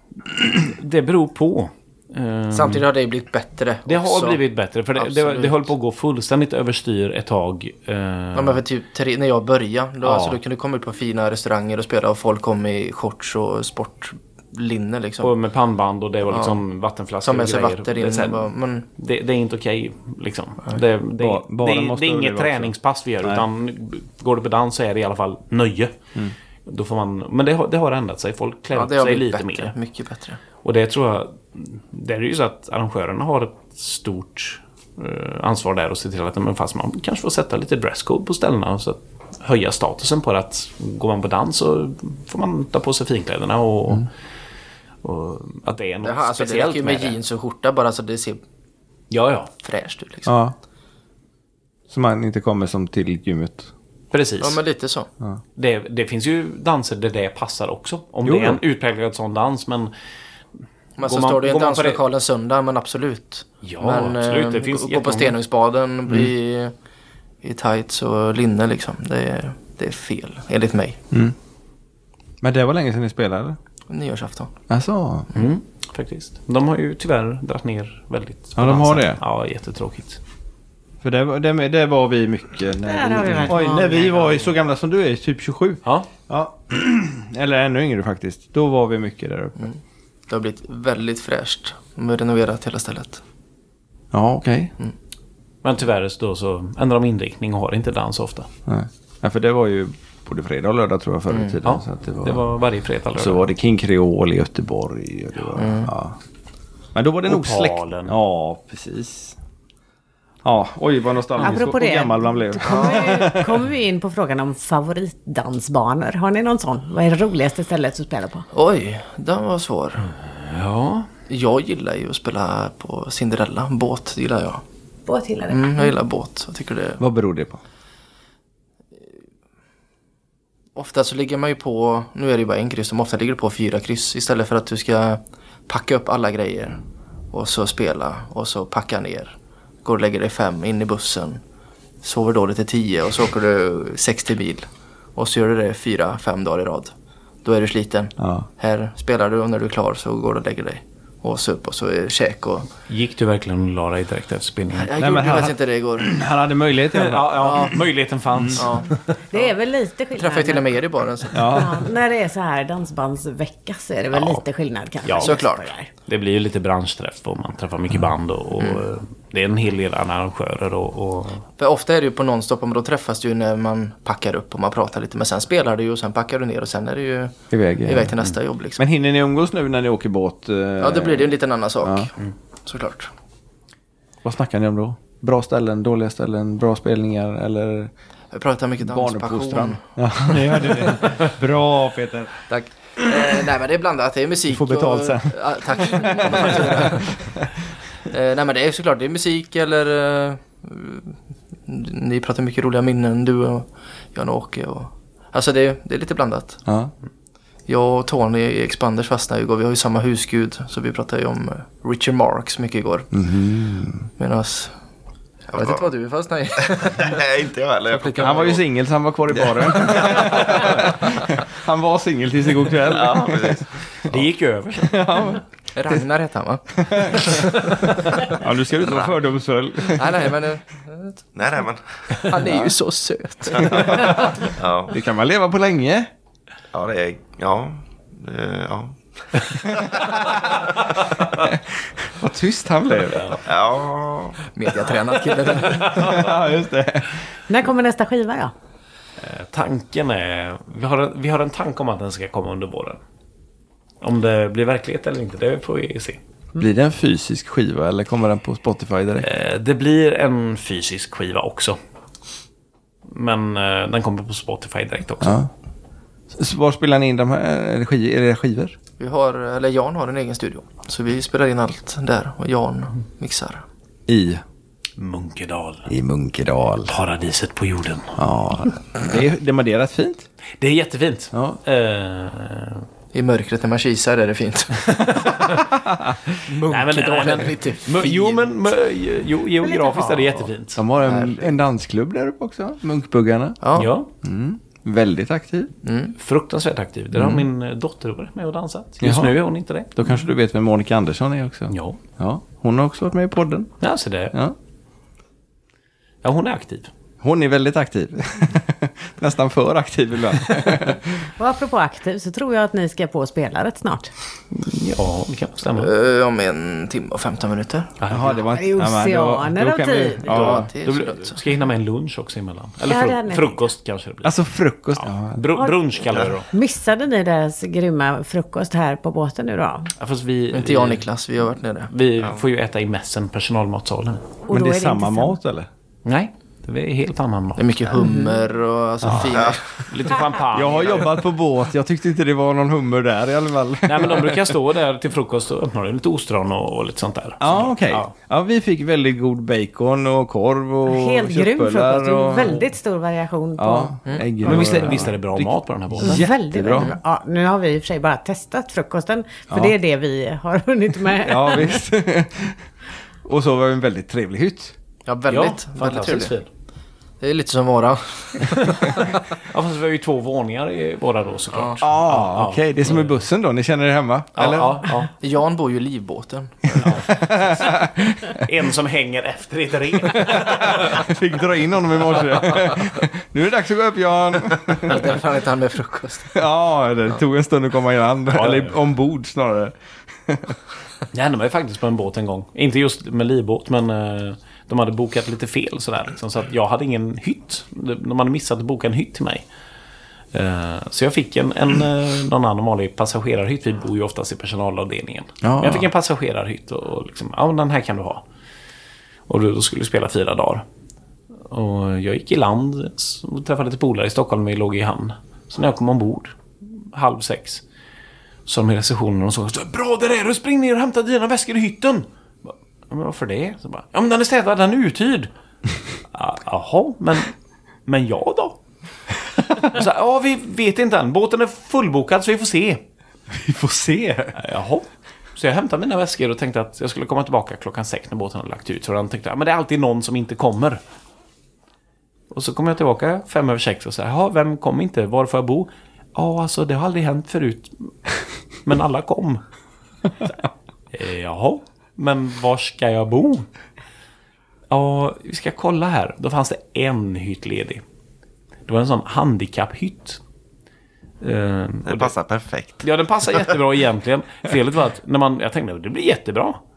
Det beror på. Um, Samtidigt har det blivit bättre. Det också. har blivit bättre. För det, det, det höll på att gå fullständigt överstyr ett tag. Uh, ja, men för typ när jag började. Då, ja. alltså, då kunde du komma ut på fina restauranger och spela. Och folk kom i shorts och sportlinne. Liksom. Och med pannband och det var liksom ja. vattenflaskor som och grejer. Vatten in, det, bara, men... det, det är inte okej. Okay, liksom. det, det, bara, bara det, det är inget träningspass vi gör. Nej. Utan går det på dans så är det i alla fall nöje. Mm. Då får man, men det har, det har ändrat sig. Folk klär ja, sig lite bättre, mer. Mycket bättre. Och det tror jag, det är ju så att arrangörerna har ett stort eh, ansvar där och se till att men fast man kanske får sätta lite dresscode på ställena och så att höja statusen på det, att går man på dans så får man ta på sig finkläderna och, mm. och att det är något det har, alltså, speciellt det med, med jeans och skjorta bara så det ser ja, ja. fräscht ut liksom. Ja. Så man inte kommer som till gymmet. Precis. Ja, men lite så. Ja. Det, det finns ju danser där det passar också. Om jo. det är en utpräglad sån dans, men... Men så man, står det i en danslokal en söndag, men absolut. Ja, men, absolut. Det finns gå på Stenungsbaden mm. i, i tights och linne liksom. Det är, det är fel, enligt mig. Mm. Men det var länge sedan ni spelade? Nyårsafton. Alltså. Mm, faktiskt. De har ju tyvärr dragit ner väldigt. Ja, de har det? Ja, jättetråkigt. För det, det, det var vi mycket när vi, vi oj, när vi var så gamla som du är, typ tjugosju. Ja. Ja. Eller ännu yngre faktiskt. Då var vi mycket där uppe. Mm. Det har blivit väldigt fräscht. De har renoverat hela stället. Ja, okej. Okay. Mm. Men tyvärr då så ändrar de inriktning och har inte dans ofta. Nej. Ja, för det var ju både fredag och lördag tror jag förr i mm. tiden. Ja, så att det, var, det var varje fredag och lördag. Så var det King Creole i Göteborg. Och det var, mm. ja. Men då var det nog släkt. Ja, precis. Ja, oj vad nostalgiskt och gammal man blev. Kommer, kommer vi in på frågan om favoritdansbanor. Har ni någon sån? Vad är det roligaste stället att spela på? Oj, den var svår. Ja. Jag gillar ju att spela på Cinderella. Båt gillar jag. Båt gillar det? Mm, jag gillar båt. Jag tycker det... Vad beror det på? Ofta så ligger man ju på, nu är det ju bara en kryss, men ofta ligger du på fyra kryss. Istället för att du ska packa upp alla grejer och så spela och så packa ner. Går och lägger dig fem in i bussen. Sover dåligt till tio och så åker du sextio mil. Och så gör du det fyra, fem dagar i rad. Då är du sliten. Ja. Här spelar du och när du är klar så går du och lägger dig. Och så upp och så är det käk och... Gick du verkligen och la dig direkt efter spelningen? Jag, jag Nej, gjorde faktiskt inte det igår. Han hade möjlighet. Ja, ja, ja, möjligheten fanns. Mm. Ja. Det är väl lite skillnad. Jag träffade till och med er i baren. Ja. Ja, när det är så här dansbandsvecka så är det väl ja. lite skillnad kanske. Ja, såklart. Det blir ju lite branschträff och man träffar mycket band och, och mm. det är en hel del arrangörer och, och... För ofta är det ju på nonstop, men då träffas du ju när man packar upp och man pratar lite. Men sen spelar du ju och sen packar du ner och sen är det ju iväg, ja. iväg till nästa jobb. Liksom. Men hinner ni umgås nu när ni åker båt? Eh... Ja, då blir det en liten annan sak. Ja. Mm. Såklart. Vad snackar ni om då? Bra ställen, dåliga ställen, bra spelningar eller... Vi pratar mycket danspassion. Ja, det gör det. Bra, Peter. Tack. Eh, nej, men det är blandat. Det är musik. Du får betalt och, sen. Ah, tack. eh, nej, men det är såklart det är musik eller... Eh, ni pratar mycket roliga minnen, du och Jan och Åke. Och, alltså det, det är lite blandat. Ja. Jag och Tony i Expanders fastnade igår. Vi har ju samma husgud. Så vi pratade ju om Richard Marx mycket igår. Mm. Medans... Jag vet inte vad du är fast nej. Nej, inte jag heller. Han var ju singel så han var kvar i baren. Han var singel tills igår kväll. Ja, precis. Det gick över. Ja. Ragnar heter han, va? Ja, nu ska du inte vara fördomsfull. Nej, nej, men... eh, Nej, nej, men. Han är ju så söt. Ja, Det kan man leva på länge. ja det är... Ja. Det, ja. Vad tyst han blev. Ja. Mediatränad kille. Ja, just det. När kommer nästa skiva då? Tanken är... Vi har, en, vi har en tanke om att den ska komma under våren. Om det blir verklighet eller inte, det får vi se. Blir det en fysisk skiva eller kommer den på Spotify direkt? Eh, Det blir en fysisk skiva också. Men eh, den kommer på Spotify direkt också. Ja. Så var spelar ni in de här? Är det skiv- är det skivor? Vi har, eller Jan har en egen studio. Så vi spelar in allt där. Och Jan mixar. I? Munkedal. I Munkedal. Paradiset på jorden. Ja, det är, det, men det är rätt fint. Det är jättefint. Ja. Eh, I mörkret när man kisar är det fint. Munkedalen är lite men, fin. jo, men men, jo, geografiskt är det jättefint. De har en, en dansklubb där uppe också. Munkbuggarna. Ja. Ja, Mm. Väldigt aktiv. Mm. fruktansvärt aktiv. Där har min dotter varit med och dansat. Just Jaha. nu är hon inte det. Då kanske du vet vem Monica Andersson är också. Ja, Ja, hon har också varit med i podden. ja så det. Ja. Ja, hon är aktiv. Hon är väldigt aktiv. Nästan för aktiv ibland. Och apropå aktiv så tror jag att ni ska på spela rätt snart. Ja, det kan stämma. Eh, om en timme och femton minuter. Jaha, det var Det är oceaner av kan vi- tid. Ja. det är Då så blir, gott. ska jag hinna med en lunch också emellan. Eller Ja, det fru- hade ni frukost kanske det blir. Alltså frukost. Ja. Br- brunch kallar vi det då. Missade ni deras grymma frukost här på båten nu då? Ja, fast vi, Inte jag och vi, Niklas, vi har varit nere. vi får ju äta i mässen, personalmatsalen. Och Men då det är, samma inte mat eller? Nej, det är helt annan mat. Det är mycket hummer och alltså fina... Lite champagne. Jag har jobbat på båt. Jag tyckte inte det var någon hummer där i alla fall. Nej, men de brukar stå där till frukost och öppna lite ostron och, och lite sånt där. Ja, okej. Ja. Ja, vi fick väldigt god bacon och korv och Helt grym köttbullar frukost. Det är och... väldigt stor variation på... Ja, ägg. Men visst är, visst är det bra mat på den här båten? Jättebra. Väldigt, väldigt bra. Ja, nu har vi i och för sig bara testat frukosten. För Ja. det är det vi har hunnit med. Ja, visst. Och så var det en väldigt trevlig hytt. Ja, väldigt, Ja, väldigt fantastiskt trevligt. fin. Det är lite som våra. Ja, fast vi har ju två våningar i våra då såklart. Ja, ah, okej. Okay. Det är som i bussen då. Ni känner er hemma? Ja, eller? ja, ja. Jan bor ju i livbåten. En som hänger efter i ett rep. Jag fick dra in honom i morse. Nu är det dags att gå upp, Jan. Därför han inte han med frukost. Ja, det tog en stund att komma i land. Ja, Eller ja, ja. ombord snarare. Det hände mig faktiskt på en båt en gång. Inte just med livbåt, men eh, de hade bokat lite fel sådär. Liksom, så att jag hade ingen hytt. De hade missat att boka en hytt till mig. Eh, så jag fick en, en eh, någon annan vanlig passagerarhytt. Vi bor ju oftast i personalavdelningen. Ja. Men jag fick en passagerarhytt och, och liksom, ja, den här kan du ha. Och då, då skulle vi spela fyra dagar. Och jag gick i land och träffade lite polare i Stockholm. Vi låg i hamn. Så när jag kom ombord, halv sex, så de i receptionen och så, bra där är du, spring ner och hämta dina väskor i hytten. Ja, men varför det? Så bara, ja, men den är städad, den är uthyrd. Ja, jaha, men, men jag då? Så, ja, vi vet inte än. Båten är fullbokad så vi får se. Vi får se. Jaha. Så jag hämtade mina väskor och tänkte att jag skulle komma tillbaka klockan sex när båten hade lagt ut. Så han tänkte, ja, men det är alltid någon som inte kommer. Och så kom jag tillbaka fem över sex och sa, ja, vem kom inte? Var får jag bo? Ja, alltså det har aldrig hänt förut. Men alla kom. Så, eh, jaha, men var ska jag bo? Ja, vi ska kolla här. Då fanns det en hytt ledig. Det var en sån handikapphytt. Uh, Det passar perfekt. Ja, den passar jättebra egentligen. Felet var att när man, jag tänkte att det blir jättebra.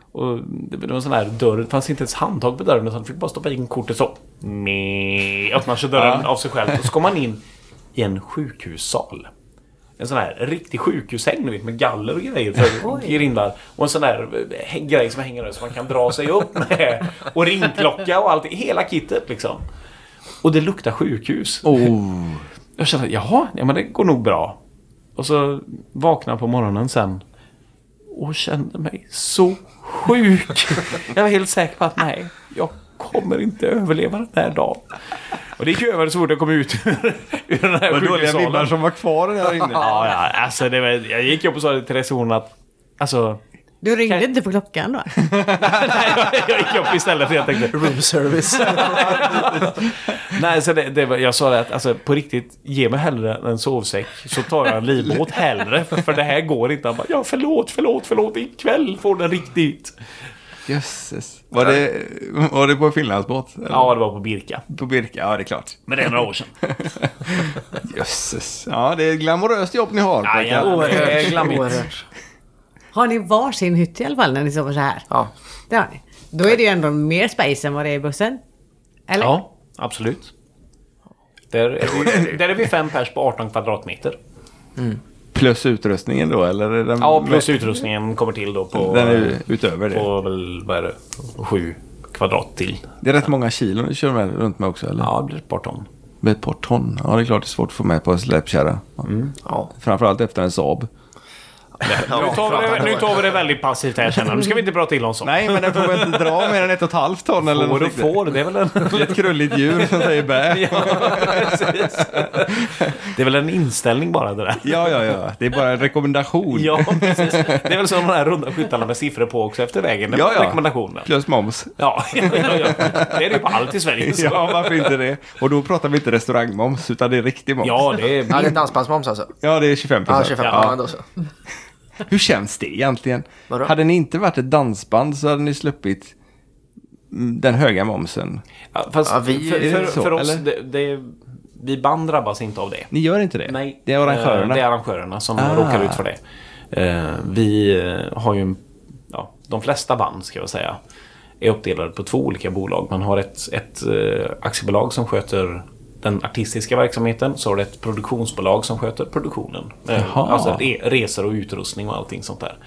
Och det var en sån här dörr, det fanns inte ens handtag på dörren, utan fick bara stoppa in kortet så. Meh, öppnar sig dörren av sig själv och så kom man in i en sjukhussal. En sån här riktig sjukhussäng nu vet, med galler och grejer för grindar. Och en sån där grej som hänger där så man kan dra sig upp med. Och ringklocka och allt. Hela kittet liksom. Och det luktar sjukhus. Oh. Jag kände, jaha, ja, men det går nog bra. Och så vaknade på morgonen sen. Och kände mig så sjuk. Jag var helt säker på att nej, jag kommer inte överleva den här dagen. Och det gick över så fort jag kom ut ur, ur den här sjukhusalen. Dåliga vibbar som var kvar där inne. Ja, ja, alltså det var, jag gick upp och sa till receptionen att alltså... Du ringde kan... inte på klockan då? Nej, jag, jag gick upp istället för jag tänkte... Room service. Nej, så det, det var, jag sa det att alltså, på riktigt, ge mig hellre en sovsäck så tar jag en livbåt hellre. För det här går inte. Bara, ja, förlåt, förlåt, förlåt. Ikväll får den riktigt. Jösses. Var det, var det på Finlandsbåt? Eller? Ja, det var på Birka. På Birka, ja det är klart. Men det är några år sedan. Jösses. Ja, det är ett glamoröst jobb ni har. Ja, ja, det är glammigt. Har ni varsin hytt i alla fall när ni sover så här? Ja. Det har ni. Då är det ju ändå mer space än vad det är i bussen. Eller? Ja, absolut. Där är vi, där är vi fem pers på arton kvadratmeter. Mm. Plus utrustningen då, eller? Är den ja, plus med... utrustningen kommer till då på... Den är utöver det. På väl, vad är det? Sju kvadrat till. Det är rätt många kilo ni kör med runt med också, eller? Ja, det blir ett par ton. Med ett par ton? Ja, det är klart det är svårt att få med på en släpkärra. Mm. Ja. Framförallt efter en Saab. Ja, nu, tar vi det, nu tar vi det väldigt passivt här, känner. Nu ska vi inte prata till om sånt. Nej, men den får väl inte dra mer än ett och ett halvt ton eller får något. Får, det är väl en... ett krulligt djur som säger bä. Ja, precis. Det är väl en inställning bara det där. Ja, ja, ja. Det är bara en rekommendation. Ja, precis. Det är väl som de här runda skyttarna med siffror på också efter vägen. Det är ja, ja. rekommendationen. Plus moms. Ja, ja, ja, ja. Det är det ju på allt i Sverige. Så. Ja, varför inte det? Och då pratar vi inte restaurangmoms, utan det är riktig moms. Ja, det är... Ja, det är dansbandsmoms alltså. Ja, det är tjugofem procent. Ja, tjugofem. Ja. Ja, då så. Hur känns det egentligen? Vadå? Hade ni inte varit ett dansband så hade ni sluppit den höga momsen. Ja, fast Ja, vi- för, för, så, för oss, eller? det, det, vi band drabbas inte av det. Ni gör inte det? Nej. Det är arrangörerna? Eh, Det är arrangörerna som Ah. råkar ut för det. Eh, Vi eh, har ju, ja, de flesta band ska jag säga, är uppdelade på två olika bolag. Man har ett, ett eh, aktiebolag som sköter den artistiska verksamheten, så har det ett produktionsbolag som sköter produktionen. Eh, Jaha. Alltså re- resor och utrustning och allting sånt där.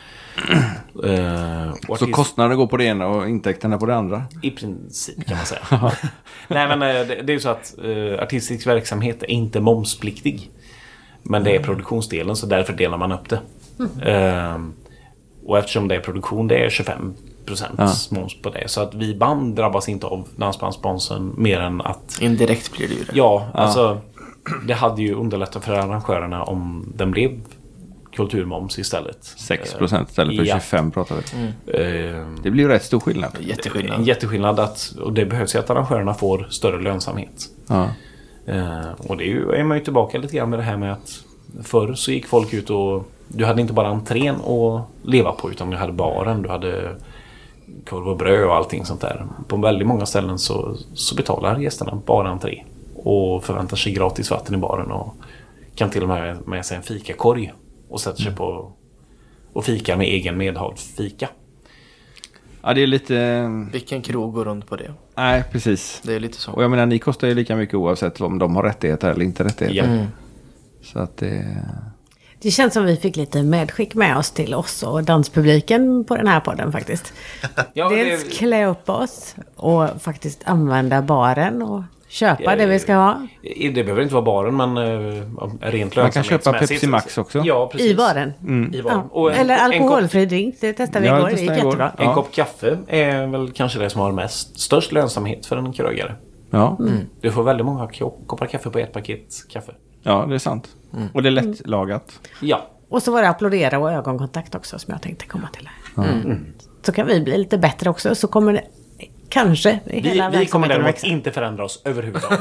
Eh, och Så artist- kostnaderna går på det ena och intäkterna på det andra? I princip kan man säga. Nej, men eh, det, det är ju så att eh, artistisk verksamhet är inte momspliktig. Men det är produktionsdelen, så därför delar man upp det. Eh, och eftersom det är produktion, det är tjugofem procent Ja. moms på det. Så att vi band drabbas inte av dansbandssponsen mer än att... Indirekt blir det ju det. Ja, alltså det hade ju underlättat för arrangörerna om den blev kulturmoms istället. sex procent istället för Ja. tjugofem pratar vi. Eh, Det blir ju rätt stor skillnad. Jätteskillnad. En jätteskillnad att, och det behövs ju att arrangörerna får större lönsamhet. Ja. Eh, och det är, ju, är man ju tillbaka lite grann med det här med att förr så gick folk ut och du hade inte bara entrén att leva på, utan du hade baren, du hade korv och bröd och allting sånt där. På väldigt många ställen så, så betalar gästerna bara entré och förväntar sig gratis vatten i baren och kan till och med ha med sig en fikakorg och sätter sig på och fika med egen medhavd fika. Ja, det är lite... Vilken krog går runt på det? Nej, precis. Det är lite så. Och jag menar, ni kostar ju lika mycket oavsett om de har rättigheter eller inte rättigheter. Ja. Mm. Så att det... Det känns som vi fick lite medskick med oss till oss och danspubliken på den här podden faktiskt. Ja, Dels det- klä upp oss och faktiskt använda baren och köpa det vi ska ha. Det behöver inte vara baren, men uh, rent Man kan köpa lönsamhetsmässigt- Pepsi Max också. Ja, precis. I baren. I baren. Ja. Och en- Eller en kopp- alkoholfri drink, det testade vi Ja, igår, det det gick testade jag igår. jättebra. En Ja. kopp kaffe är väl kanske det som har mest störst lönsamhet för en krögare. Ja. Du får väldigt många ko- koppar kaffe på ett paket kaffe. ja, det är sant. Och det är lättlagat. Ja. Och så var det applådera och ögonkontakt också som jag tänkte komma till här. Mm. Så kan vi bli lite bättre också, så kommer det kanske Vi, hela vi kommer verksamheten däremot växa. inte förändra oss överhuvudtaget.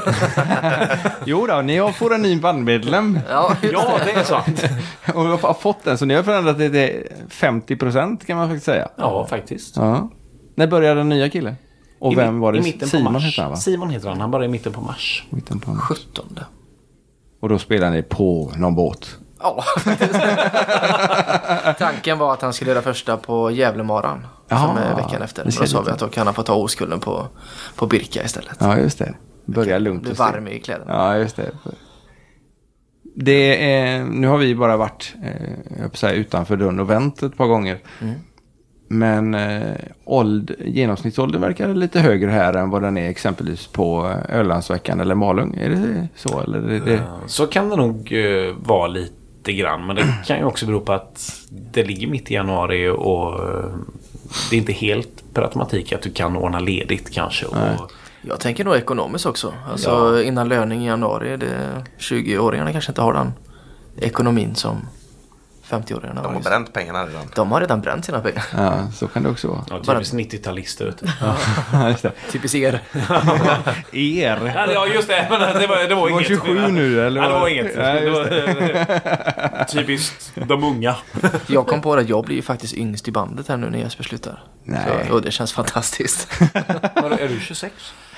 Jo då, ni har får en ny bandmedlem. Ja, Ja, det är sant. Och jag har fått den, så ni har förändrat det till femtio procent kan man faktiskt säga. Ja, faktiskt. Ja. När började den nya killen? Och I, vem var det? I mitten på Simon mars. heter han, va? Simon heter han. Han började i mitten på mars. Mitten på... sjuttonde. Och då spelar ni på någon båt. Ja, faktiskt. Tanken var att han skulle göra första på Gävlemaran. Ja, som är veckan efter. det Då sa lite. vi att då kan han få ta oskulden på, på Birka istället. Ja, just det. Börja lugnt. Bli och stilla. varm i kläderna. Ja, just det. Det är, nu har vi bara varit eh, jag på säga, utanför dörren och vänt ett par gånger. Mm. Men eh, åld, genomsnittsåldern verkar lite högre här än vad den är exempelvis på Ölandsveckan eller Malung. Är det så? Eller är det... Så kan det nog uh, vara lite grann. Men det kan ju också bero på att det ligger mitt i januari och uh, det är inte helt per automatik att du kan ordna ledigt kanske. Och, Jag tänker nog ekonomiskt också. Alltså Ja. innan löning i januari. Det tjugo-åringarna kanske inte har den ekonomin som femtio-åringarna De har. har just. bränt pengarna redan. De har redan bränt sina pengar. Ja, så kan det också vara. ja, typiskt nittio-talister. Vet du. Ja, just det. Typiskt er. Er. Ja, just det. Men det var, det var Du var inget. tjugosju nu, eller? Ja, det var inget. Nej, Det just var, typiskt de unga. Jag kom på att jag blir ju faktiskt yngst i bandet här nu när Jesper slutar. Nej. Så, och det känns fantastiskt. Är du tjugosex?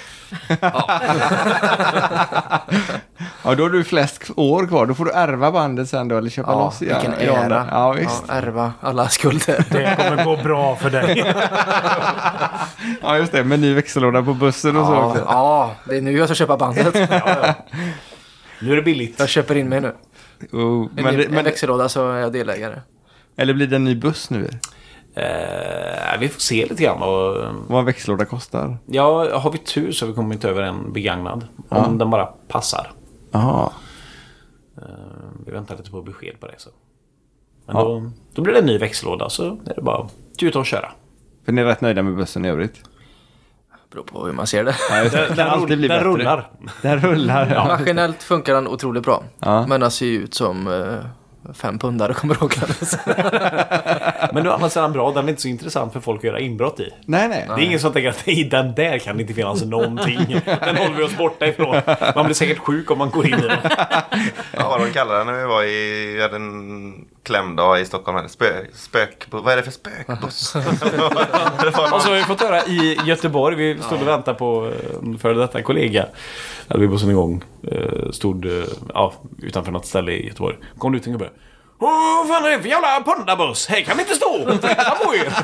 Ja, då har du flest år kvar. Då får du ärva bandet sen då, eller köpa Ja, loss igen. vilken ära. Ja, visst. Ja, ärva alla skulder. Det kommer gå bra för dig. Ja, just det. Med ny växellåda på bussen och så Ja, också. ja, det är nu jag ska köpa bandet. Ja, ja. Nu är det billigt. Jag köper in mig nu. Oh, En, men, ny, det- men, en växellåda så är jag delägare. eller blir det en ny buss nu? Eh, vi får se lite grann. Och, Vad en växellåda kostar? ja, har vi tur så har vi kommit över en begagnad. Om Ja. den bara passar. Jaha. Eh, vi väntar lite på besked på det. Så. Men Ja. då, då blir det en ny växellåda så är det bara att ut och köra. För ni är rätt nöjda med bussen i övrigt? Beror på hur man ser det. Ja, just det. Den, Kan alltid bli den bättre. rullar. Den rullar, ja. Maskinellt funkar den otroligt bra. Ja. Men den ser ju ut som eh, fem pundare kommer åkandes. Men nu är andra sidan bra. Den är inte så intressant för folk att göra inbrott i. Nej, nej. Det är ingen som tänker att i den där kan det inte finnas någonting. Den håller vi oss borta ifrån. Man blir säkert sjuk om man går in i den. Ja, vad de kallar det när vi var i vi hade en klämdag i Stockholm. Här. Spö, spök, vad är det för spökbuss? Det var Och någon- så har vi fått höra i Göteborg. Vi stod och väntade på en före detta kollega. Hade vi bussen igång. eh, Stod eh, ja, utanför något ställe i Göteborg. Kom det ut en gubbe. Åh, vad är det för jävla pundabuss? Här kan vi inte stå. Titta på er.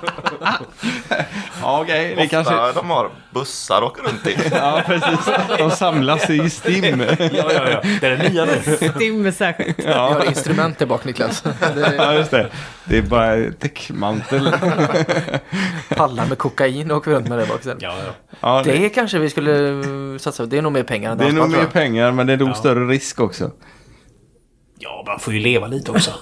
Ja, okej. Det Ofta kanske... de har bussar och åker runt i. Ja, precis. De samlas i stim. Ja, ja, ja. Det är det nya nu. Stim särskilt. Vi har instrument där bak, Niklas. Det är Ja, just det. Det är bara täckmantel. pallar med kokain och åker runt med det bak sen. Ja, ja. Ja, det, Det kanske vi skulle eh, satsa på. Det är nog mer pengar än det är nog dansband, mer tror jag. pengar, men det är nog Ja. större risk också. Ja, man får ju leva lite också.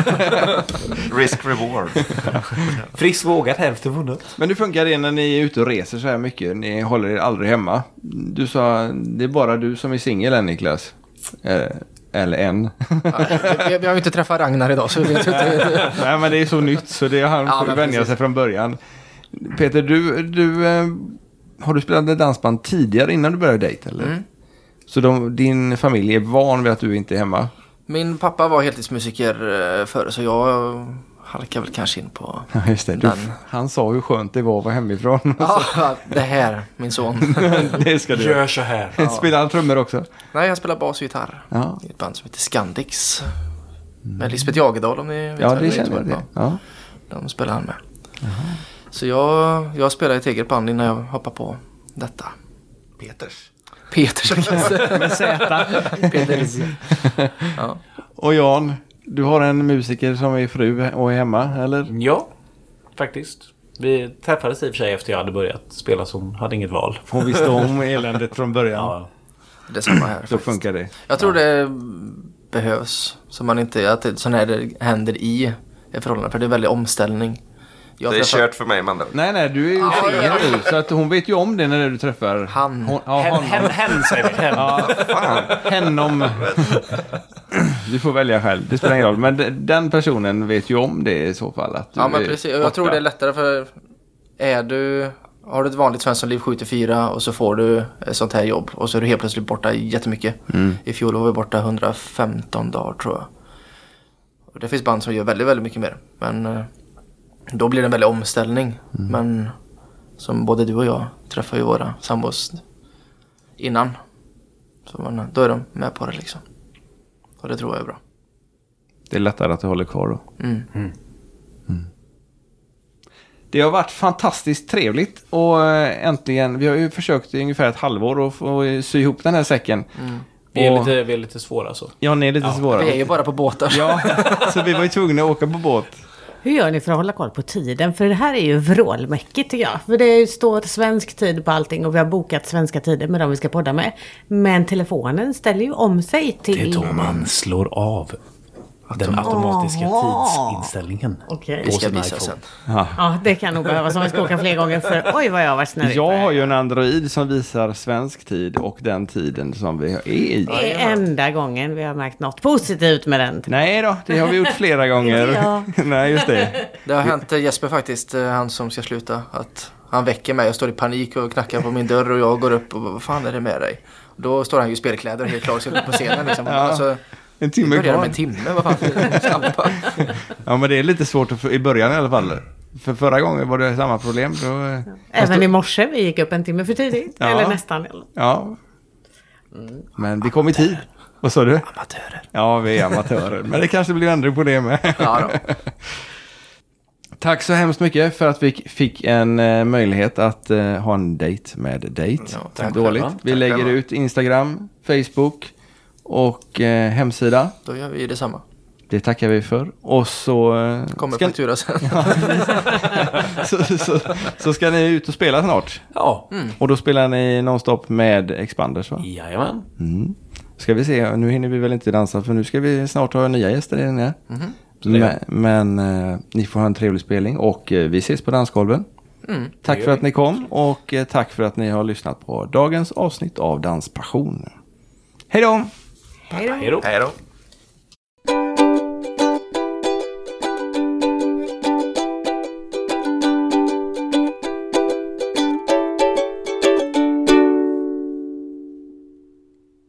Risk reward. Frisk vågat, hälften vunnet. Men hur funkar det när ni är ute och reser så här mycket? Ni håller er aldrig hemma. Du sa, det är bara du som är singel än, Niklas. Eh, Eller en. Ja, vi, vi har ju inte träffat Ragnar idag så vi vet inte. Nej, men det är så nytt så det har han Ja, får men vänja precis. sig från början. Peter, du, du eh, har du spelat dansband tidigare innan du började dejta, eller? Mm. Så de, din familj är van vid att du inte är hemma? Min pappa var heltidsmusiker eh, förr så jag halkar väl kanske in på... Ja, just det. Du, Den. han sa hur skönt det var att vara hemifrån. Ja, det här, min son. Det ska du göra. Gör så här. Spelar han trummor också? Nej, jag spelar bas och gitarr Ja, i ett band som heter Skandix. Med Lisbeth Jagedal, om ni vet ja vem det är, känner så jag. bra. Det. Ja. De spelar han med. Så jag, jag spelade i ett eget band innan jag hoppade på detta. Peters. Peters med Z. Peters. Ja. Och Jan, du har en musiker som är fru och är hemma, eller? Ja, faktiskt. Vi träffades i och för sig efter jag hade börjat spela så hon hade inget val. Hon visste om eländet från början. Ja, Det är samma här. Så faktiskt. funkar det. Jag tror det behövs. Så man inte, att det, sån här det händer i ett förhållande. För det är väldigt omställning. Jag Det är träffar- kört för mig, Mandel. Nej, nej, du är ju singel nu. Så att hon vet ju om det när du träffar... Han. Hon, ja, hen, honom. hen, hen säger vi. Hen. Ja, fan. Henom. Du får välja själv. Det spelar ingen roll. Men de- den personen vet ju om det i så fall. Att du Ja, men är precis. Jag borta. tror det är lättare för... Är du... Har du ett vanligt Svenssonliv sju till fyra och så får du ett sånt här jobb och så är du helt plötsligt borta jättemycket. Mm. I fjol var vi borta hundrafemton dagar, tror jag. Och det finns band som gör väldigt, väldigt mycket mer. Men eh, då blir det en väldig omställning. Mm. Men som både du och jag träffar ju våra sambos innan. Så man, då är de med på det liksom. Och det tror jag är bra. Det är lättare att det håller kvar då. Mm. Mm. Det har varit fantastiskt trevligt och äntligen, vi har ju försökt i ungefär ett halvår att få sy ihop den här säcken. Mm. Vi är, lite, vi är lite svåra så. Ja, ni är lite ja, svåra. Vi är ju bara på båtar. Ja, så vi var ju tvungna att åka på båt. Hur gör ni för att hålla koll på tiden? För det här är ju vrålmäckigt tycker jag. För det står svensk tid på allting och vi har bokat svenska tider med dem vi ska podda med. Men telefonen ställer ju om sig till... Det är då man slår av den automatiska oh. tidsinställningen. Okay. Vi ska visa sen. Ja. ja, det kan nog behövas om vi ska åka fler gånger för oj vad jag har varit snärrig. Jag har ju en Android som visar svensk tid och den tiden som vi är i. Det är enda gången vi har märkt något positivt med den. Nej då, det har vi gjort flera gånger. Ja. Nej, just det. Det har hänt Jesper faktiskt, han som ska sluta, att han väcker mig och står i panik och knackar på min dörr och jag går upp och vad fan är det med dig? Då står han ju i spelkläder helt klar så på scenen liksom. Ja. Alltså, en timme kvar. Med en timme, vad fan snabba. Ja, men det är lite svårt att, i början i alla fall. För förra gången var det samma problem. Då, ja. Även stod... i morse, vi gick upp en timme för tidigt. Ja. Eller nästan. Ja. Mm. Men vi kom i tid. Vad sa du? Amatörer. Ja, vi är amatörer. Men det kanske blir ändring på det med. Ja då. Tack så hemskt mycket för att vi fick en uh, möjlighet att uh, ha en date med Date. Ja, tack dåligt. Själva. Vi tack lägger själva. Ut Instagram, Facebook och eh, hemsida. Då gör vi detsamma. Det tackar vi för. Och så... Eh, kommer ska... faktura sen. Ja. så, så, så ska ni ut och spela snart. Ja. Mm. Och då spelar ni nonstop med Expanders, va? Jajamän. Mm. Ska vi se, nu hinner vi väl inte dansa för nu ska vi snart ha nya gäster i den här. Mm-hmm. Men, men eh, ni får ha en trevlig spelning och eh, vi ses på dansgolven. Mm. Tack för att ni kom och eh, tack för att ni har lyssnat på dagens avsnitt av Danspassion. Hej då! Hej då! Hej då!